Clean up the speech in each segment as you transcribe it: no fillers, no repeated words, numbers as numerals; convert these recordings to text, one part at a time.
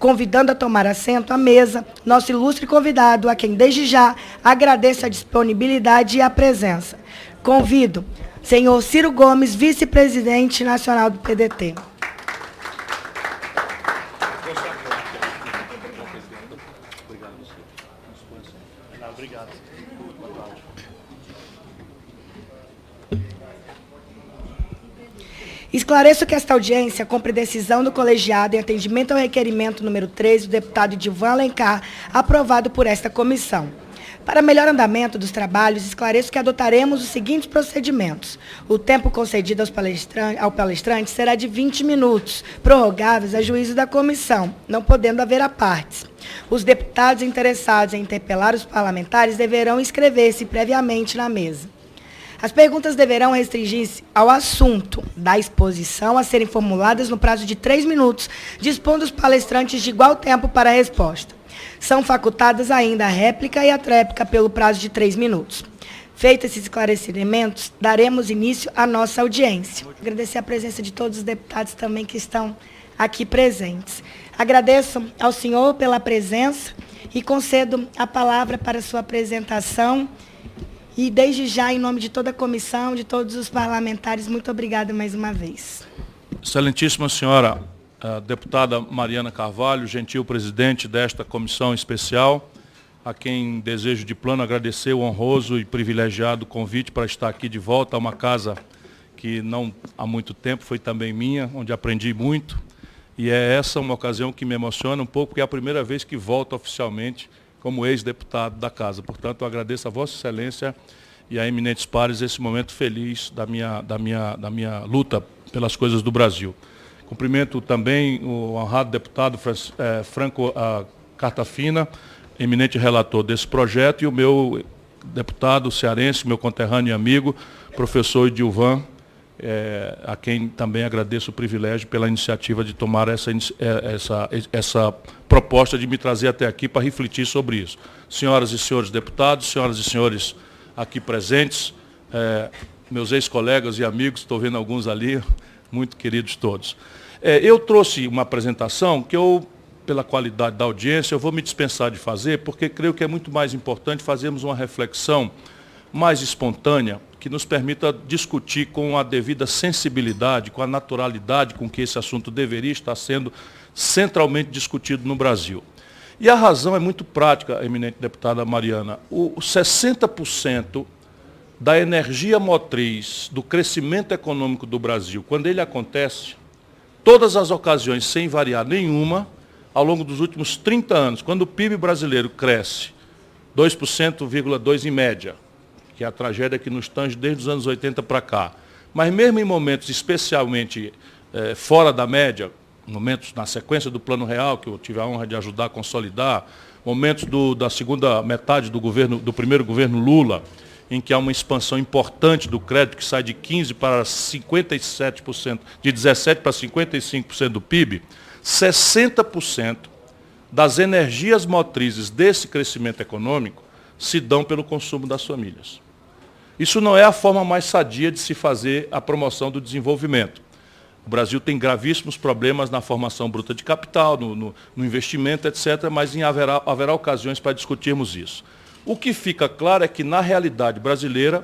convidando a tomar assento à mesa nosso ilustre convidado, a quem desde já agradeço a disponibilidade e a presença. Convido senhor Ciro Gomes, vice-presidente nacional do PDT. Esclareço que esta audiência cumpre decisão do colegiado em atendimento ao requerimento número 3 do deputado Edilvan Alencar, aprovado por esta comissão. Para melhor andamento dos trabalhos, esclareço que adotaremos os seguintes procedimentos. O tempo concedido ao palestrante será de 20 minutos, prorrogáveis a juízo da comissão, não podendo haver apartes. Os deputados interessados em interpelar os parlamentares deverão inscrever-se previamente na mesa. As perguntas deverão restringir-se ao assunto da exposição a serem formuladas no prazo de 3 minutos, dispondo os palestrantes de igual tempo para a resposta. São facultadas ainda a réplica e a tréplica pelo prazo de 3 minutos. Feitos esses esclarecimentos, daremos início à nossa audiência. Agradecer a presença de todos os deputados também que estão aqui presentes. Agradeço ao senhor pela presença e concedo a palavra para a sua apresentação. E, desde já, em nome de toda a comissão, de todos os parlamentares, muito obrigada mais uma vez. Excelentíssima senhora deputada Mariana Carvalho, gentil presidente desta comissão especial, a quem desejo de plano agradecer o honroso e privilegiado convite para estar aqui de volta a uma casa que não há muito tempo foi também minha, onde aprendi muito. E é essa uma ocasião que me emociona um pouco, porque é a primeira vez que volto oficialmente como ex-deputado da casa. Portanto, eu agradeço a Vossa Excelência e a eminentes pares esse momento feliz da minha luta pelas coisas do Brasil. Cumprimento também o honrado deputado Franco Cartafina, eminente relator desse projeto, e o meu deputado cearense, meu conterrâneo e amigo, professor Edilvan, a quem também agradeço o privilégio pela iniciativa de tomar essa proposta de me trazer até aqui para refletir sobre isso. Senhoras e senhores deputados, senhoras e senhores aqui presentes, meus ex-colegas e amigos, estou vendo alguns ali, muito queridos todos. Eu trouxe uma apresentação que pela qualidade da audiência, eu vou me dispensar de fazer, porque creio que é muito mais importante fazermos uma reflexão mais espontânea, que nos permita discutir com a devida sensibilidade, com a naturalidade com que esse assunto deveria estar sendo centralmente discutido no Brasil. E a razão é muito prática, eminente deputada Mariana. 60% da energia motriz do crescimento econômico do Brasil, quando ele acontece, todas as ocasiões, sem variar nenhuma, ao longo dos últimos 30 anos, quando o PIB brasileiro cresce 2,2% em média, que é a tragédia que nos tange desde os anos 80 para cá. Mas mesmo em momentos especialmente fora da média, momentos na sequência do Plano Real, que eu tive a honra de ajudar a consolidar, momentos da segunda metade do primeiro governo Lula, em que há uma expansão importante do crédito, que sai de 15% para 57%, de 17% para 55% do PIB, 60% das energias motrizes desse crescimento econômico se dão pelo consumo das famílias. Isso não é a forma mais sadia de se fazer a promoção do desenvolvimento. O Brasil tem gravíssimos problemas na formação bruta de capital, no investimento, etc., mas haverá ocasiões para discutirmos isso. O que fica claro é que, na realidade brasileira,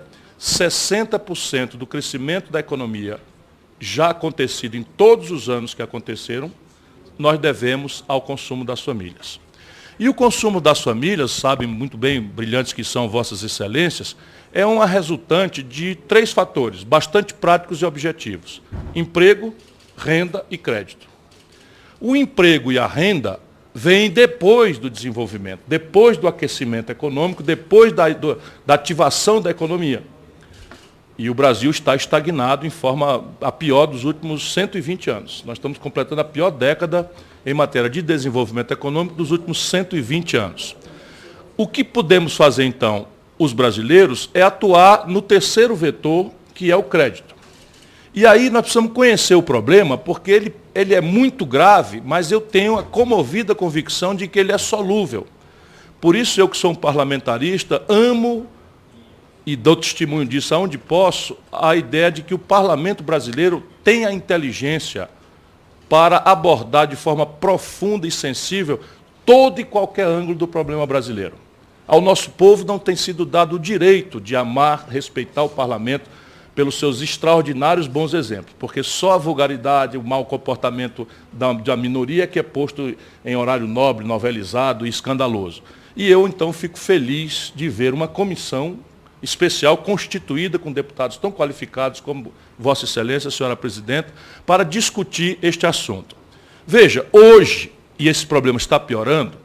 60% do crescimento da economia já acontecido em todos os anos que aconteceram, nós devemos ao consumo das famílias. E o consumo das famílias, sabem muito bem, brilhantes que são Vossas Excelências, é uma resultante de 3 fatores, bastante práticos e objetivos: emprego, renda e crédito. O emprego e a renda vêm depois do desenvolvimento, depois do aquecimento econômico, depois da ativação da economia. E o Brasil está estagnado em forma a pior dos últimos 120 anos. Nós estamos completando a pior década em matéria de desenvolvimento econômico dos últimos 120 anos. O que podemos fazer, então, os brasileiros, é atuar no terceiro vetor, que é o crédito. E aí nós precisamos conhecer o problema, porque ele é muito grave, mas eu tenho a comovida convicção de que ele é solúvel. Por isso, eu que sou um parlamentarista, amo e dou testemunho disso aonde posso, a ideia de que o parlamento brasileiro tem a inteligência para abordar de forma profunda e sensível todo e qualquer ângulo do problema brasileiro. Ao nosso povo não tem sido dado o direito de amar, respeitar o parlamento pelos seus extraordinários bons exemplos, porque só a vulgaridade, o mau comportamento da minoria é que é posto em horário nobre, novelizado e escandaloso. E eu, então, fico feliz de ver uma comissão especial constituída com deputados tão qualificados como Vossa Excelência, senhora Presidenta, para discutir este assunto. Veja, hoje, e esse problema está piorando,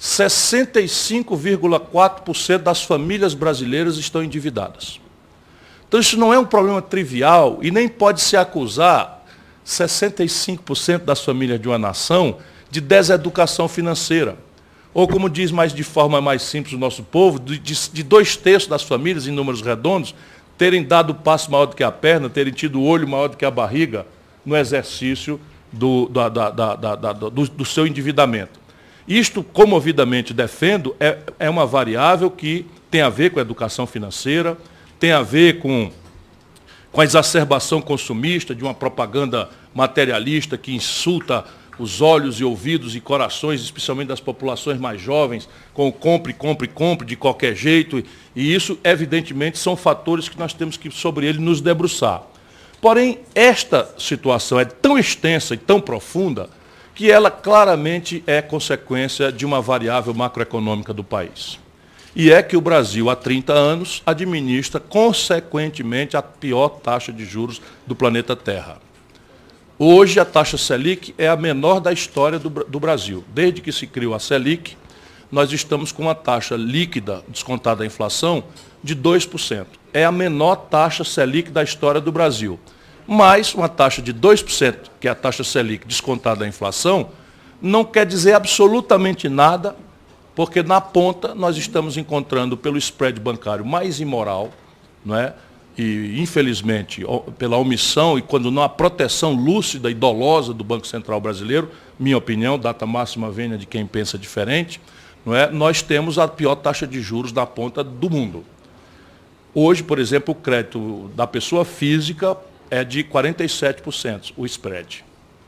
65,4% das famílias brasileiras estão endividadas. Então, isso não é um problema trivial e nem pode se acusar 65% das famílias de uma nação de deseducação financeira. Ou, como diz de forma mais simples o nosso povo, de 2/3 das famílias, em números redondos, terem dado passo maior do que a perna, terem tido o olho maior do que a barriga no exercício do seu endividamento. Isto, comovidamente defendo, é uma variável que tem a ver com a educação financeira, tem a ver com a exacerbação consumista de uma propaganda materialista que insulta os olhos e ouvidos e corações, especialmente das populações mais jovens, com o compre, compre, compre de qualquer jeito. E isso, evidentemente, são fatores que nós temos que, sobre ele, nos debruçar. Porém, esta situação é tão extensa e tão profunda que ela claramente é consequência de uma variável macroeconômica do país. E é que o Brasil, há 30 anos, administra, consequentemente, a pior taxa de juros do planeta Terra. Hoje, a taxa Selic é a menor da história do Brasil. Desde que se criou a Selic, nós estamos com uma taxa líquida, descontada da inflação, de 2%. É a menor taxa Selic da história do Brasil. Mas uma taxa de 2%, que é a taxa Selic descontada da inflação, não quer dizer absolutamente nada, porque na ponta nós estamos encontrando pelo spread bancário mais imoral, não é? E, infelizmente, pela omissão e quando não há proteção lúcida e dolosa do Banco Central brasileiro, minha opinião, data máxima vênia de quem pensa diferente, não é? Nós temos a pior taxa de juros na ponta do mundo. Hoje, por exemplo, o crédito da pessoa física é de 47%, o spread.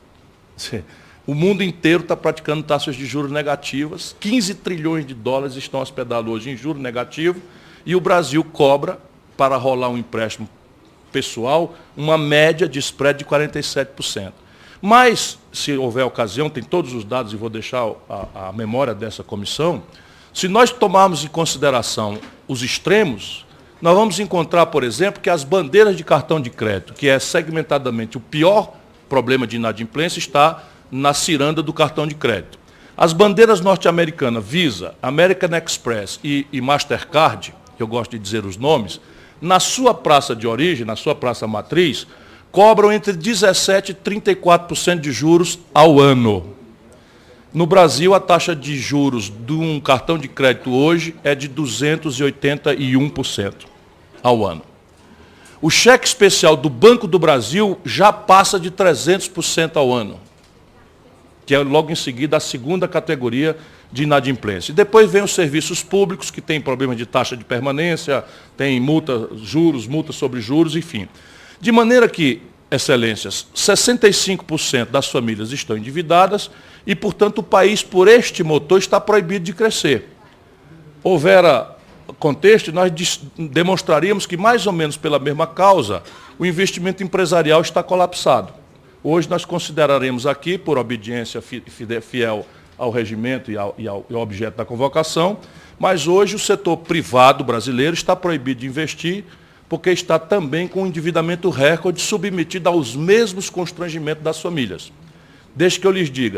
O mundo inteiro está praticando taxas de juros negativas, 15 trilhões de dólares estão hospedados hoje em juros negativos, e o Brasil cobra, para rolar um empréstimo pessoal, uma média de spread de 47%. Mas, se houver ocasião, tem todos os dados e vou deixar a memória dessa comissão, se nós tomarmos em consideração os extremos, nós vamos encontrar, por exemplo, que as bandeiras de cartão de crédito, que é segmentadamente o pior problema de inadimplência, está na ciranda do cartão de crédito. As bandeiras norte-americanas, Visa, American Express e Mastercard, eu gosto de dizer os nomes, na sua praça de origem, na sua praça matriz, cobram entre 17% e 34% de juros ao ano. No Brasil, a taxa de juros de um cartão de crédito hoje é de 281% ao ano. O cheque especial do Banco do Brasil já passa de 300% ao ano, que é logo em seguida a segunda categoria de inadimplência. E depois vem os serviços públicos, que tem problema de taxa de permanência, tem multa, juros, multa sobre juros, enfim. De maneira que, excelências, 65% das famílias estão endividadas e, portanto, o país, por este motor, está proibido de crescer. Houvera contexto, nós demonstraríamos que, mais ou menos pela mesma causa, o investimento empresarial está colapsado. Hoje nós consideraremos aqui, por obediência fiel ao regimento e ao objeto da convocação, mas hoje o setor privado brasileiro está proibido de investir porque está também com um endividamento recorde submetido aos mesmos constrangimentos das famílias. Desde que eu lhes diga,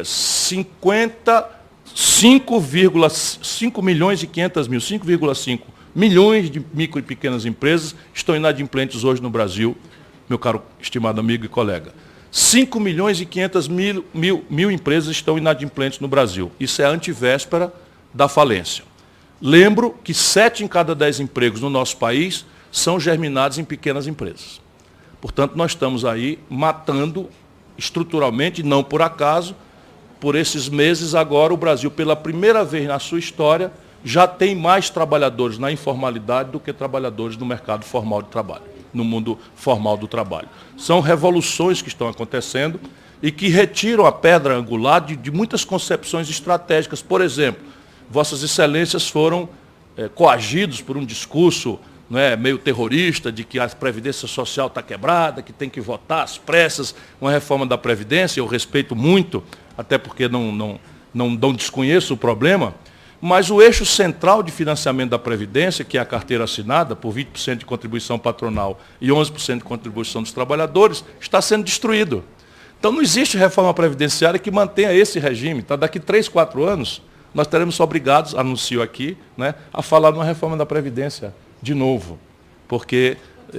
5,5 milhões e 500 mil, 5,5 milhões de micro e pequenas empresas estão inadimplentes hoje no Brasil, meu caro estimado amigo e colega. 5 milhões e 500 mil empresas estão inadimplentes no Brasil. Isso é a antivéspera da falência. Lembro que 7 em cada 10 empregos no nosso país são germinados em pequenas empresas. Portanto, nós estamos aí matando estruturalmente, não por acaso, por esses meses agora o Brasil, pela primeira vez na sua história, já tem mais trabalhadores na informalidade do que trabalhadores no mercado formal de trabalho, no mundo formal do trabalho. São revoluções que estão acontecendo e que retiram a pedra angular de muitas concepções estratégicas. Por exemplo, Vossas Excelências foram coagidos por um discurso, não é, meio terrorista, de que a Previdência Social está quebrada, que tem que votar às pressas uma reforma da Previdência. Eu respeito muito, até porque não desconheço o problema, mas o eixo central de financiamento da Previdência, que é a carteira assinada, por 20% de contribuição patronal e 11% de contribuição dos trabalhadores, está sendo destruído. Então não existe reforma previdenciária que mantenha esse regime. Tá? Daqui 3, 4 anos, nós teremos obrigados, anuncio aqui, né, a falar numa reforma da Previdência de novo, porque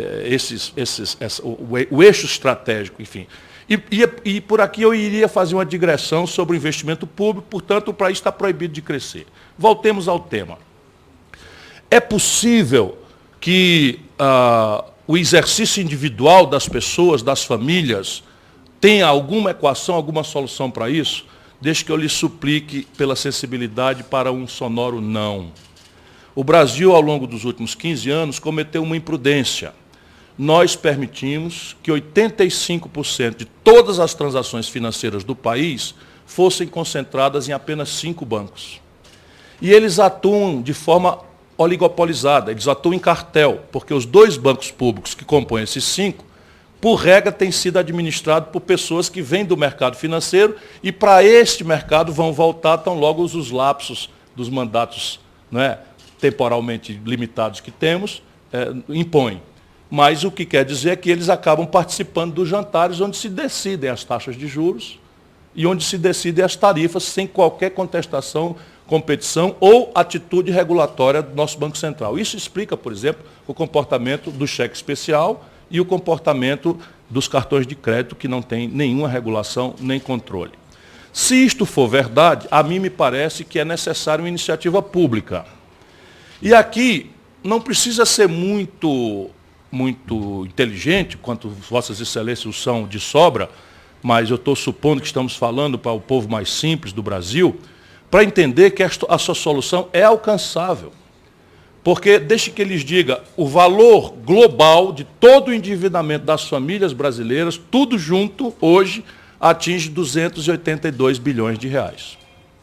o eixo estratégico, enfim. E por aqui eu iria fazer uma digressão sobre o investimento público, portanto, o país está proibido de crescer. Voltemos ao tema. É possível que o exercício individual das pessoas, das famílias, tenha alguma equação, alguma solução para isso? Deixe que eu lhe suplique pela sensibilidade para um sonoro não. O Brasil, ao longo dos últimos 15 anos, cometeu uma imprudência. Nós permitimos que 85% de todas as transações financeiras do país fossem concentradas em apenas 5 bancos. E eles atuam de forma oligopolizada, eles atuam em cartel, porque os 2 bancos públicos que compõem esses 5, por regra, têm sido administrados por pessoas que vêm do mercado financeiro e para este mercado vão voltar tão logo os lapsos dos mandatos, não é, temporalmente limitados que temos, impõem. Mas o que quer dizer é que eles acabam participando dos jantares onde se decidem as taxas de juros e onde se decidem as tarifas sem qualquer contestação, competição ou atitude regulatória do nosso Banco Central. Isso explica, por exemplo, o comportamento do cheque especial e o comportamento dos cartões de crédito, que não tem nenhuma regulação nem controle. Se isto for verdade, a mim me parece que é necessária uma iniciativa pública. E aqui não precisa ser muito inteligente, quanto Vossas Excelências são de sobra, mas eu estou supondo que estamos falando para o povo mais simples do Brasil, para entender que a sua solução é alcançável. Porque, deixe que lhes diga, o valor global de todo o endividamento das famílias brasileiras, tudo junto, hoje, atinge 282 bilhões de reais.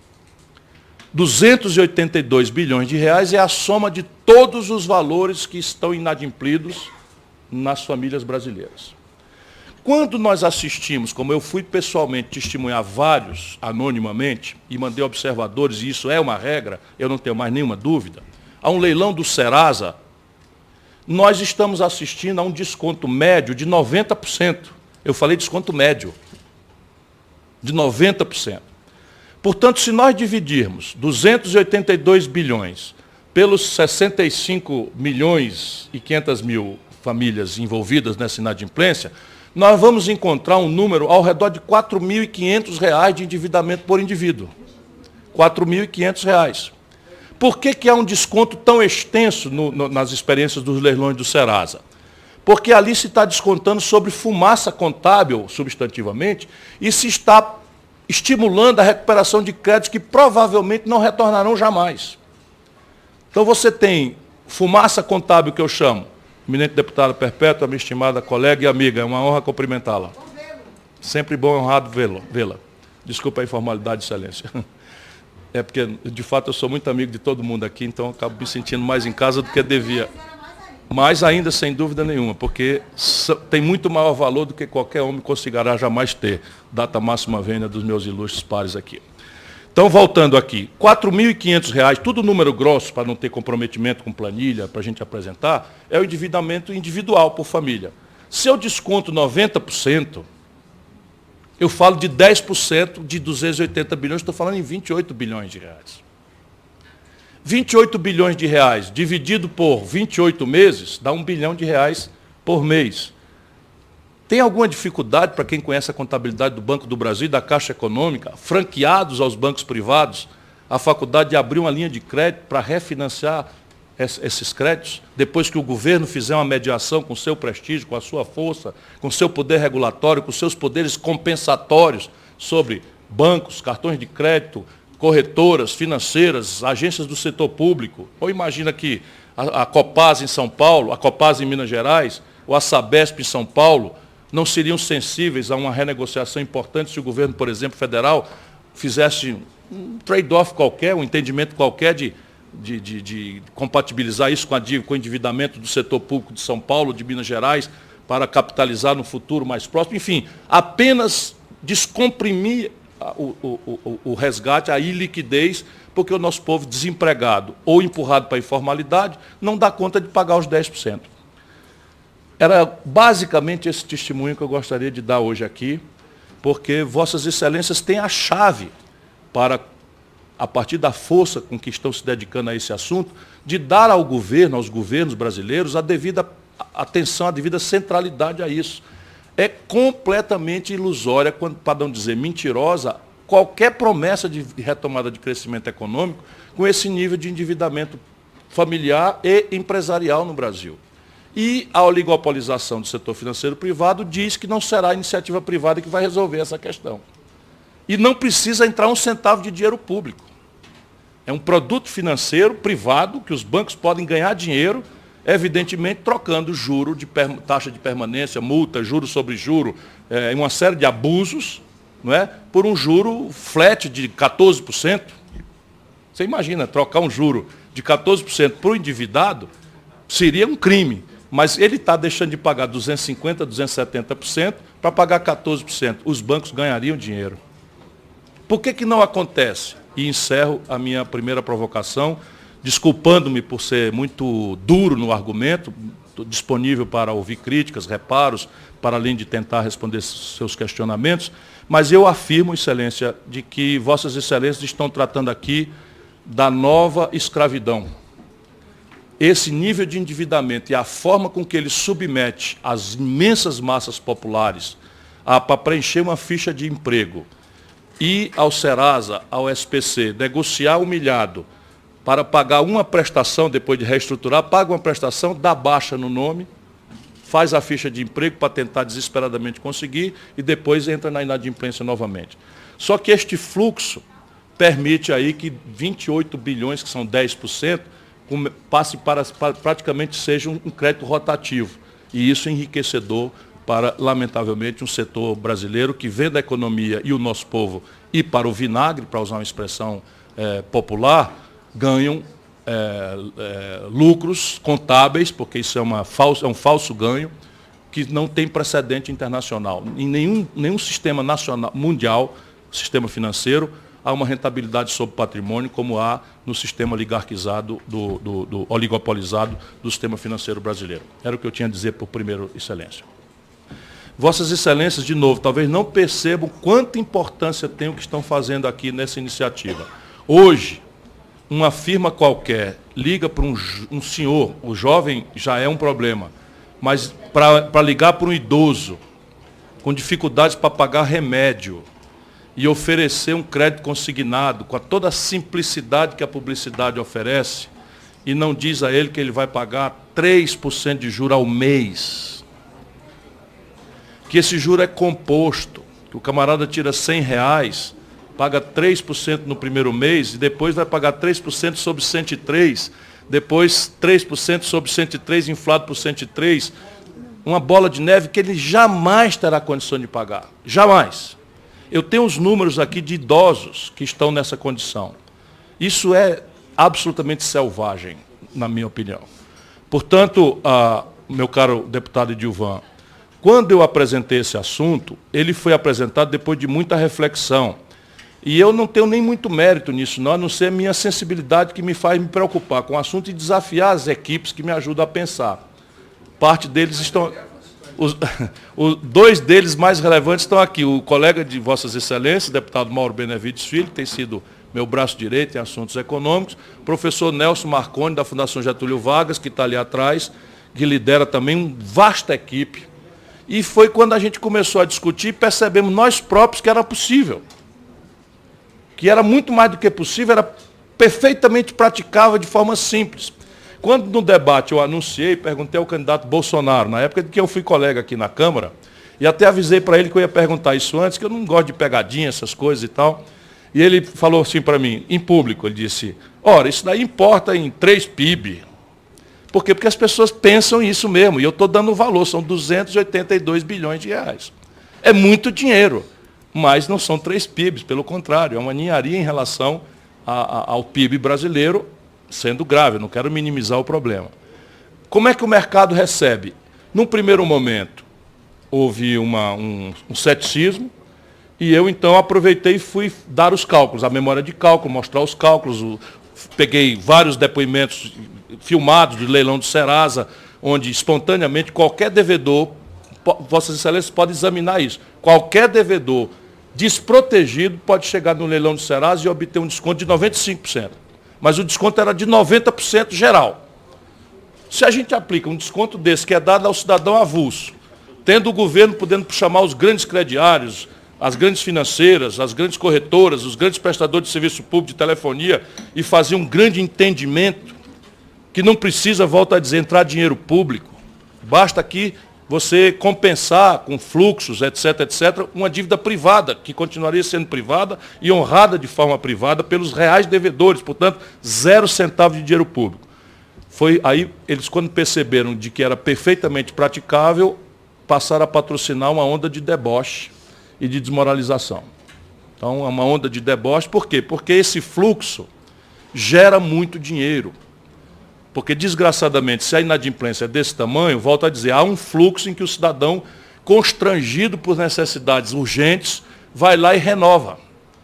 282 bilhões de reais é a soma de todos os valores que estão inadimplidos nas famílias brasileiras. Quando nós assistimos, como eu fui pessoalmente testemunhar vários anonimamente, e mandei observadores, e isso é uma regra, eu não tenho mais nenhuma dúvida, a um leilão do Serasa, nós estamos assistindo a um desconto médio de 90%. Eu falei desconto médio, de 90%. Portanto, se nós dividirmos 282 bilhões pelos 65 milhões e 500 mil famílias envolvidas nessa inadimplência, nós vamos encontrar um número ao redor de R$ 4.500 de endividamento por indivíduo. R$ 4.500. Por que há um desconto tão extenso nas experiências dos leilões do Serasa? Porque ali se está descontando sobre fumaça contábil, substantivamente, e se está estimulando a recuperação de créditos que provavelmente não retornarão jamais. Então você tem fumaça contábil, que eu chamo, eminente deputada Perpétua, minha estimada colega e amiga, é uma honra cumprimentá-la. Sempre bom e honrado vê-la. Desculpa a informalidade, excelência. É porque, de fato, eu sou muito amigo de todo mundo aqui, então eu acabo me sentindo mais em casa do que devia. Mais ainda, sem dúvida nenhuma, porque tem muito maior valor do que qualquer homem conseguirá jamais ter. Data máxima vênia dos meus ilustres pares aqui. Então, voltando aqui, R$ 4.500, tudo número grosso, para não ter comprometimento com planilha, para a gente apresentar, é o endividamento individual por família. Se eu desconto 90%, eu falo de 10% de 280 bilhões, estou falando em 28 bilhões de reais. 28 bilhões de reais dividido por 28 meses, dá R$ 1 bilhão por mês. Tem alguma dificuldade para quem conhece a contabilidade do Banco do Brasil e da Caixa Econômica, franqueados aos bancos privados, a faculdade de abrir uma linha de crédito para refinanciar esses créditos, depois que o governo fizer uma mediação com o seu prestígio, com a sua força, com o seu poder regulatório, com os seus poderes compensatórios sobre bancos, cartões de crédito, corretoras financeiras, agências do setor público? Ou imagina que a Copasa em São Paulo, a Copasa em Minas Gerais, ou a Sabesp em São Paulo, não seriam sensíveis a uma renegociação importante se o governo, por exemplo, federal, fizesse um trade-off qualquer, um entendimento qualquer de compatibilizar isso com o endividamento do setor público de São Paulo, de Minas Gerais, para capitalizar no futuro mais próximo. Enfim, apenas descomprimir o resgate, a iliquidez, porque o nosso povo desempregado ou empurrado para a informalidade não dá conta de pagar os 10%. Era basicamente esse testemunho que eu gostaria de dar hoje aqui, porque Vossas Excelências têm a chave para, a partir da força com que estão se dedicando a esse assunto, de dar ao governo, aos governos brasileiros, a devida atenção, a devida centralidade a isso. É completamente ilusória, para não dizer mentirosa, qualquer promessa de retomada de crescimento econômico com esse nível de endividamento familiar e empresarial no Brasil. E a oligopolização do setor financeiro privado diz que não será a iniciativa privada que vai resolver essa questão. E não precisa entrar um centavo de dinheiro público. É um produto financeiro privado que os bancos podem ganhar dinheiro, evidentemente trocando juro, taxa de permanência, multa, juro sobre juro, uma série de abusos, não é? Por um juro flat de 14%. Você imagina, trocar um juro de 14% para o endividado seria um crime, mas ele está deixando de pagar 250%, 270% para pagar 14%. Os bancos ganhariam dinheiro. Por que não acontece? E encerro a minha primeira provocação, desculpando-me por ser muito duro no argumento, estou disponível para ouvir críticas, reparos, para além de tentar responder seus questionamentos, mas eu afirmo, Excelência, de que Vossas Excelências estão tratando aqui da nova escravidão. Esse nível de endividamento e a forma com que ele submete as imensas massas populares para preencher uma ficha de emprego, e ao Serasa, ao SPC, negociar humilhado para pagar uma prestação, depois de reestruturar, paga uma prestação, dá baixa no nome, faz a ficha de emprego para tentar desesperadamente conseguir e depois entra na inadimplência novamente. Só que este fluxo permite aí que 28 bilhões, que são 10%, passe para praticamente seja um crédito rotativo. E isso é enriquecedor para, lamentavelmente, um setor brasileiro que vê da economia e o nosso povo ir para o vinagre, para usar uma expressão popular, ganham lucros contábeis, porque isso é um falso ganho, que não tem precedente internacional. Em nenhum sistema nacional, mundial, sistema financeiro, há uma rentabilidade sobre patrimônio como há no sistema oligarquizado, do oligopolizado do sistema financeiro brasileiro. Era o que eu tinha a dizer por primeiro, Excelência. Vossas Excelências, de novo, talvez não percebam quanta importância tem o que estão fazendo aqui nessa iniciativa. Hoje, uma firma qualquer liga para um senhor, o jovem já é um problema, mas para ligar para um idoso, com dificuldades para pagar remédio, e oferecer um crédito consignado, com toda a simplicidade que a publicidade oferece, e não diz a ele que ele vai pagar 3% de juros ao mês, que esse juro é composto, que o camarada tira R$100, paga 3% no primeiro mês, e depois vai pagar 3% sobre 103, depois 3% sobre 103, inflado por 103, uma bola de neve que ele jamais terá condição de pagar. Jamais. Eu tenho os números aqui de idosos que estão nessa condição. Isso é absolutamente selvagem, na minha opinião. Portanto, meu caro deputado Edilvan, quando eu apresentei esse assunto, ele foi apresentado depois de muita reflexão. E eu não tenho nem muito mérito nisso, não, a não ser a minha sensibilidade que me faz me preocupar com o assunto e desafiar as equipes que me ajudam a pensar. Parte deles estão... dois deles mais relevantes estão aqui. O colega de Vossas Excelências, o deputado Mauro Benevides Filho, que tem sido meu braço direito em assuntos econômicos, o professor Nelson Marconi, da Fundação Getúlio Vargas, que está ali atrás, que lidera também uma vasta equipe. E foi quando a gente começou a discutir e percebemos nós próprios que era possível. Que era muito mais do que possível, era perfeitamente praticável de forma simples. Quando no debate eu anunciei, perguntei ao candidato Bolsonaro, na época de que eu fui colega aqui na Câmara, e até avisei para ele que eu ia perguntar isso antes, que eu não gosto de pegadinha, essas coisas e tal. E ele falou assim para mim, em público, ele disse, ora, isso daí importa em 3 PIB. Por quê? Porque as pessoas pensam isso mesmo, e eu estou dando valor, são 282 bilhões de reais. É muito dinheiro, mas não são 3 PIBs, pelo contrário, é uma ninharia em relação ao PIB brasileiro, sendo grave, eu não quero minimizar o problema. Como é que o mercado recebe? Num primeiro momento, houve um ceticismo, e eu, então, aproveitei e fui dar os cálculos, a memória de cálculo, mostrar os cálculos, peguei vários depoimentos filmados do leilão do Serasa, onde, espontaneamente, qualquer devedor, Vossas Excelências podem examinar isso, qualquer devedor desprotegido pode chegar no leilão do Serasa e obter um desconto de 95%. Mas o desconto era de 90% geral. Se a gente aplica um desconto desse, que é dado ao cidadão avulso, tendo o governo podendo chamar os grandes crediários, as grandes financeiras, as grandes corretoras, os grandes prestadores de serviço público de telefonia e fazer um grande entendimento, que não precisa, volto a dizer, entrar dinheiro público, basta aqui você compensar com fluxos, etc., etc., uma dívida privada, que continuaria sendo privada e honrada de forma privada pelos reais devedores, portanto, 0 centavo de dinheiro público. Foi aí, eles, quando perceberam de que era perfeitamente praticável, passaram a patrocinar uma onda de deboche e de desmoralização. Então, é uma onda de deboche, por quê? Porque esse fluxo gera muito dinheiro. Porque, desgraçadamente, se a inadimplência é desse tamanho, volto a dizer, há um fluxo em que o cidadão, constrangido por necessidades urgentes, vai lá e renova,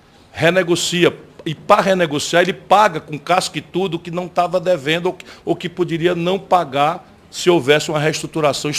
renegocia. E, para renegociar, ele paga com casca e tudo o que não estava devendo ou que poderia não pagar se houvesse uma reestruturação,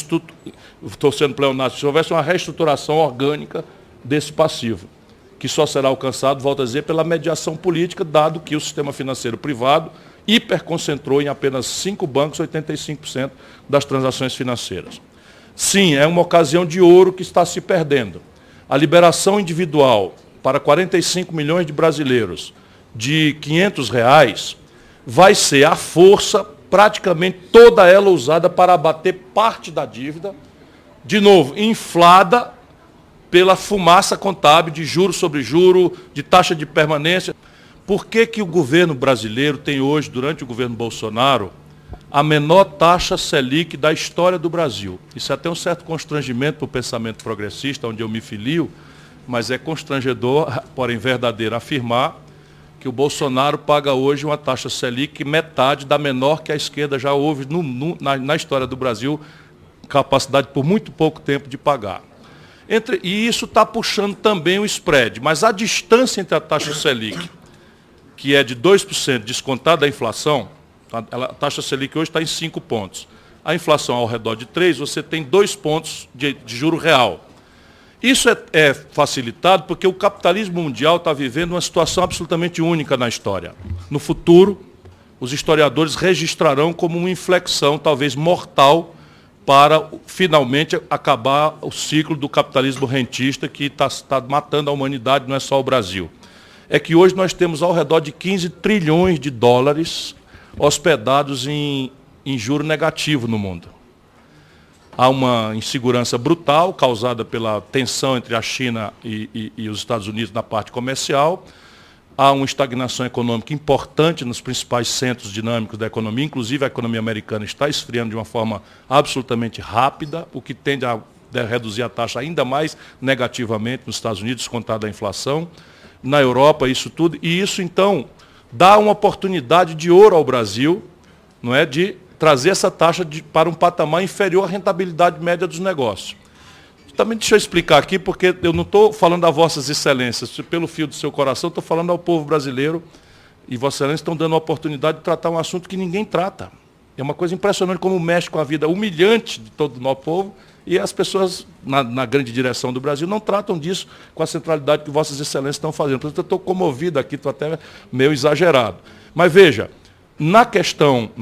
estou sendo pleonástico, se houvesse uma reestruturação orgânica desse passivo, que só será alcançado, volto a dizer, pela mediação política, dado que o sistema financeiro privado hiperconcentrou em apenas 5 bancos 85% das transações financeiras. Sim, é uma ocasião de ouro que está se perdendo. A liberação individual para 45 milhões de brasileiros de R$500 vai ser a força, praticamente toda ela usada para abater parte da dívida, de novo, inflada pela fumaça contábil de juro sobre juro, de taxa de permanência. Por que que o governo brasileiro tem hoje, durante o governo Bolsonaro, a menor taxa Selic da história do Brasil? Isso é até um certo constrangimento para o pensamento progressista, onde eu me filio, mas é constrangedor, porém verdadeiro, afirmar que o Bolsonaro paga hoje uma taxa Selic metade da menor que a esquerda já houve na história do Brasil, capacidade por muito pouco tempo de pagar. E isso está puxando também o spread, mas a distância entre a taxa Selic, que é de 2% descontada da inflação, a taxa Selic hoje está em 5 pontos. A inflação ao redor de 3, você tem 2 pontos de juro real. Isso é facilitado porque o capitalismo mundial está vivendo uma situação absolutamente única na história. No futuro, os historiadores registrarão como uma inflexão, talvez mortal, para finalmente acabar o ciclo do capitalismo rentista que está matando a humanidade, não é só o Brasil. É que hoje nós temos ao redor de 15 trilhões de dólares hospedados em juro negativo no mundo. Há uma insegurança brutal causada pela tensão entre a China e os Estados Unidos na parte comercial. Há uma estagnação econômica importante nos principais centros dinâmicos da economia, inclusive a economia americana está esfriando de uma forma absolutamente rápida, o que tende a reduzir a taxa ainda mais negativamente nos Estados Unidos, descontada a inflação. Na Europa, isso tudo, e isso, então, dá uma oportunidade de ouro ao Brasil, não é, de trazer essa taxa para um patamar inferior à rentabilidade média dos negócios. Também deixa eu explicar aqui, porque eu não estou falando a Vossas Excelências, pelo fio do seu coração, estou falando ao povo brasileiro, e Vossas Excelências estão dando a oportunidade de tratar um assunto que ninguém trata. É uma coisa impressionante como mexe com a vida humilhante de todo o nosso povo, e as pessoas, na grande direção do Brasil, não tratam disso com a centralidade que Vossas Excelências estão fazendo. Portanto, eu estou comovido aqui, estou até meio exagerado. Mas veja, na questão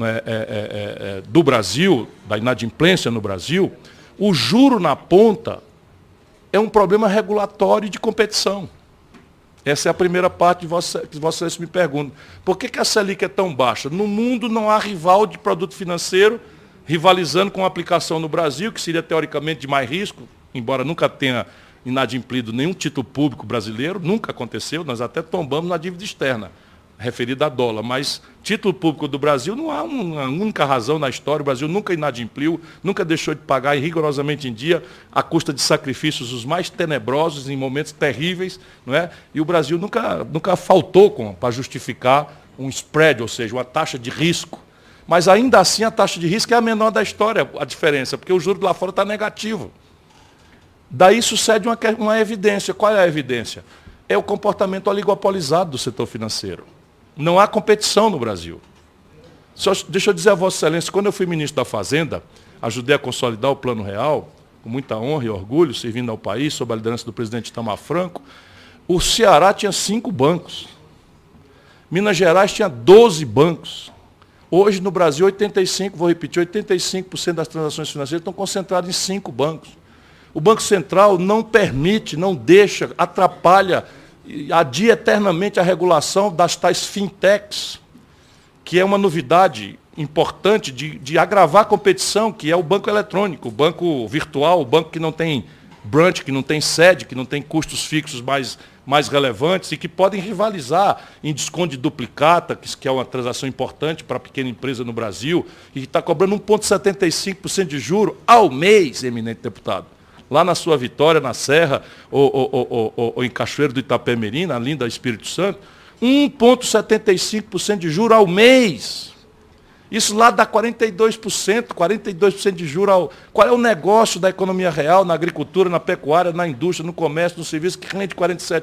do Brasil, da inadimplência no Brasil, o juro na ponta é um problema regulatório e de competição. Essa é a primeira parte que Vossas Excelências me perguntam. Por que a Selic é tão baixa? No mundo não há rival de produto financeiro rivalizando com a aplicação no Brasil, que seria teoricamente de mais risco, embora nunca tenha inadimplido nenhum título público brasileiro, nunca aconteceu, nós até tombamos na dívida externa. referida a dólar, mas título público do Brasil não há uma única razão na história. O Brasil nunca inadimpliu, nunca deixou de pagar rigorosamente em dia, à custa de sacrifícios os mais tenebrosos, em momentos terríveis, não é? E o Brasil nunca faltou para justificar um spread, ou seja, uma taxa de risco. Mas ainda assim a taxa de risco é a menor da história, a diferença, porque o juro lá fora está negativo. Daí sucede uma evidência. Qual é a evidência? É o comportamento oligopolizado do setor financeiro. Não há competição no Brasil. Só deixa eu dizer a Vossa Excelência, quando eu fui ministro da Fazenda, ajudei a consolidar o Plano Real, com muita honra e orgulho, servindo ao país, sob a liderança do presidente Itamar Franco, o Ceará tinha 5 bancos. Minas Gerais tinha 12 bancos. Hoje, no Brasil, 85% das transações financeiras estão concentradas em 5 bancos. O Banco Central não permite, não deixa, atrapalha, adia eternamente a regulação das tais fintechs, que é uma novidade importante de agravar a competição, que é o banco eletrônico, o banco virtual, o banco que não tem branch, que não tem sede, que não tem custos fixos mais relevantes e que podem rivalizar em desconto de duplicata, que é uma transação importante para a pequena empresa no Brasil, e que está cobrando 1,75% de juro ao mês, eminente deputado. Lá na sua Vitória, na Serra, ou em Cachoeiro do Itapemirim, na linda Espírito Santo, 1,75% de juro ao mês. Isso lá dá 42% de juro. Qual é o negócio da economia real, na agricultura, na pecuária, na indústria, no comércio, no serviço, que rende 47%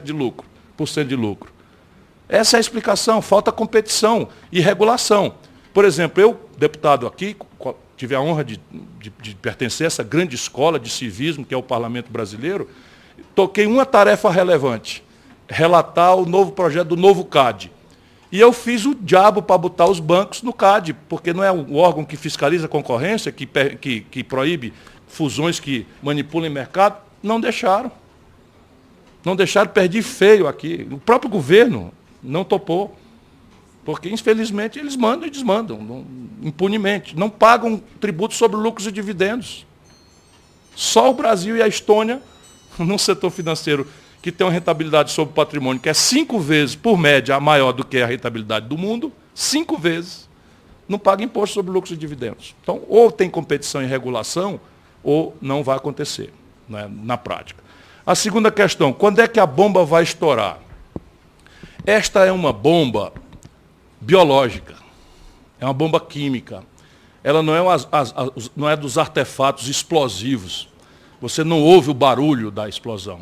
de lucro? Essa é a explicação, falta competição e regulação. Por exemplo, eu, deputado aqui, tive a honra de pertencer a essa grande escola de civismo, que é o Parlamento Brasileiro, toquei uma tarefa relevante, relatar o novo projeto do novo CAD. E eu fiz o diabo para botar os bancos no CAD, porque não é o órgão que fiscaliza a concorrência, que proíbe fusões que manipulam o mercado. Não deixaram. Não deixaram, perdi feio aqui. O próprio governo não topou. Porque, infelizmente, eles mandam e desmandam, impunemente. Não pagam tributo sobre lucros e dividendos. Só o Brasil e a Estônia, num setor financeiro que tem uma rentabilidade sobre o patrimônio que é 5 vezes, por média, maior do que a rentabilidade do mundo, 5 vezes, não paga imposto sobre lucros e dividendos. Então, ou tem competição e regulação, ou não vai acontecer, né, na prática. A segunda questão, quando é que a bomba vai estourar? Esta é uma bomba biológica, é uma bomba química. Ela não é dos artefatos explosivos. Você não ouve o barulho da explosão.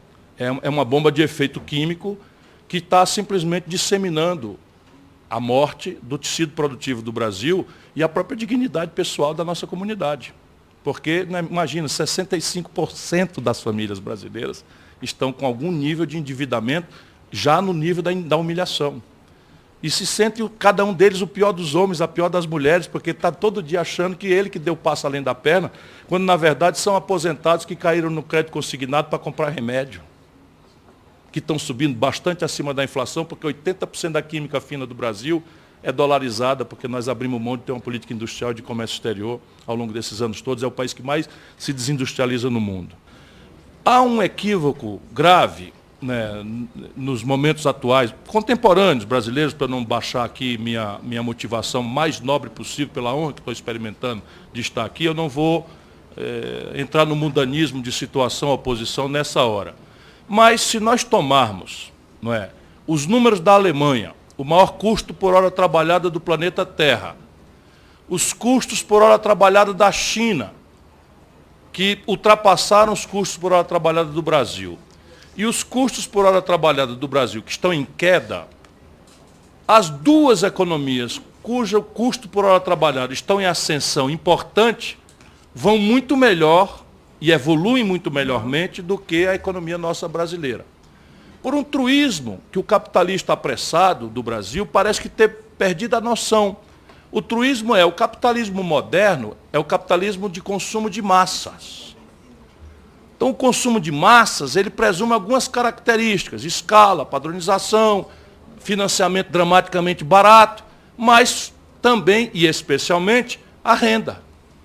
É uma bomba de efeito químico que está simplesmente disseminando a morte do tecido produtivo do Brasil e a própria dignidade pessoal da nossa comunidade. Porque, né, imagina, 65% das famílias brasileiras estão com algum nível de endividamento, já no nível da humilhação. E se sente cada um deles o pior dos homens, a pior das mulheres, porque está todo dia achando que ele que deu passo além da perna, quando na verdade são aposentados que caíram no crédito consignado para comprar remédio, que estão subindo bastante acima da inflação, porque 80% da química fina do Brasil é dolarizada, porque nós abrimos mão de ter uma política industrial de comércio exterior ao longo desses anos todos, é o país que mais se desindustrializa no mundo. Há um equívoco grave, né, nos momentos atuais, contemporâneos brasileiros, para não baixar aqui minha motivação mais nobre possível, pela honra que estou experimentando de estar aqui, eu não vou entrar no mundanismo de situação, oposição nessa hora. Mas se nós tomarmos, não é, os números da Alemanha, o maior custo por hora trabalhada do planeta Terra, os custos por hora trabalhada da China, que ultrapassaram os custos por hora trabalhada do Brasil, e os custos por hora trabalhada do Brasil, que estão em queda, as duas economias cujo custo por hora trabalhada estão em ascensão importante, vão muito melhor e evoluem muito melhormente do que a economia nossa brasileira. Por um truísmo que o capitalista apressado do Brasil parece que ter perdido a noção. O truísmo o capitalismo moderno, é o capitalismo de consumo de massas. Então, o consumo de massas, ele presume algumas características, escala, padronização, financiamento dramaticamente barato, mas também e especialmente a renda.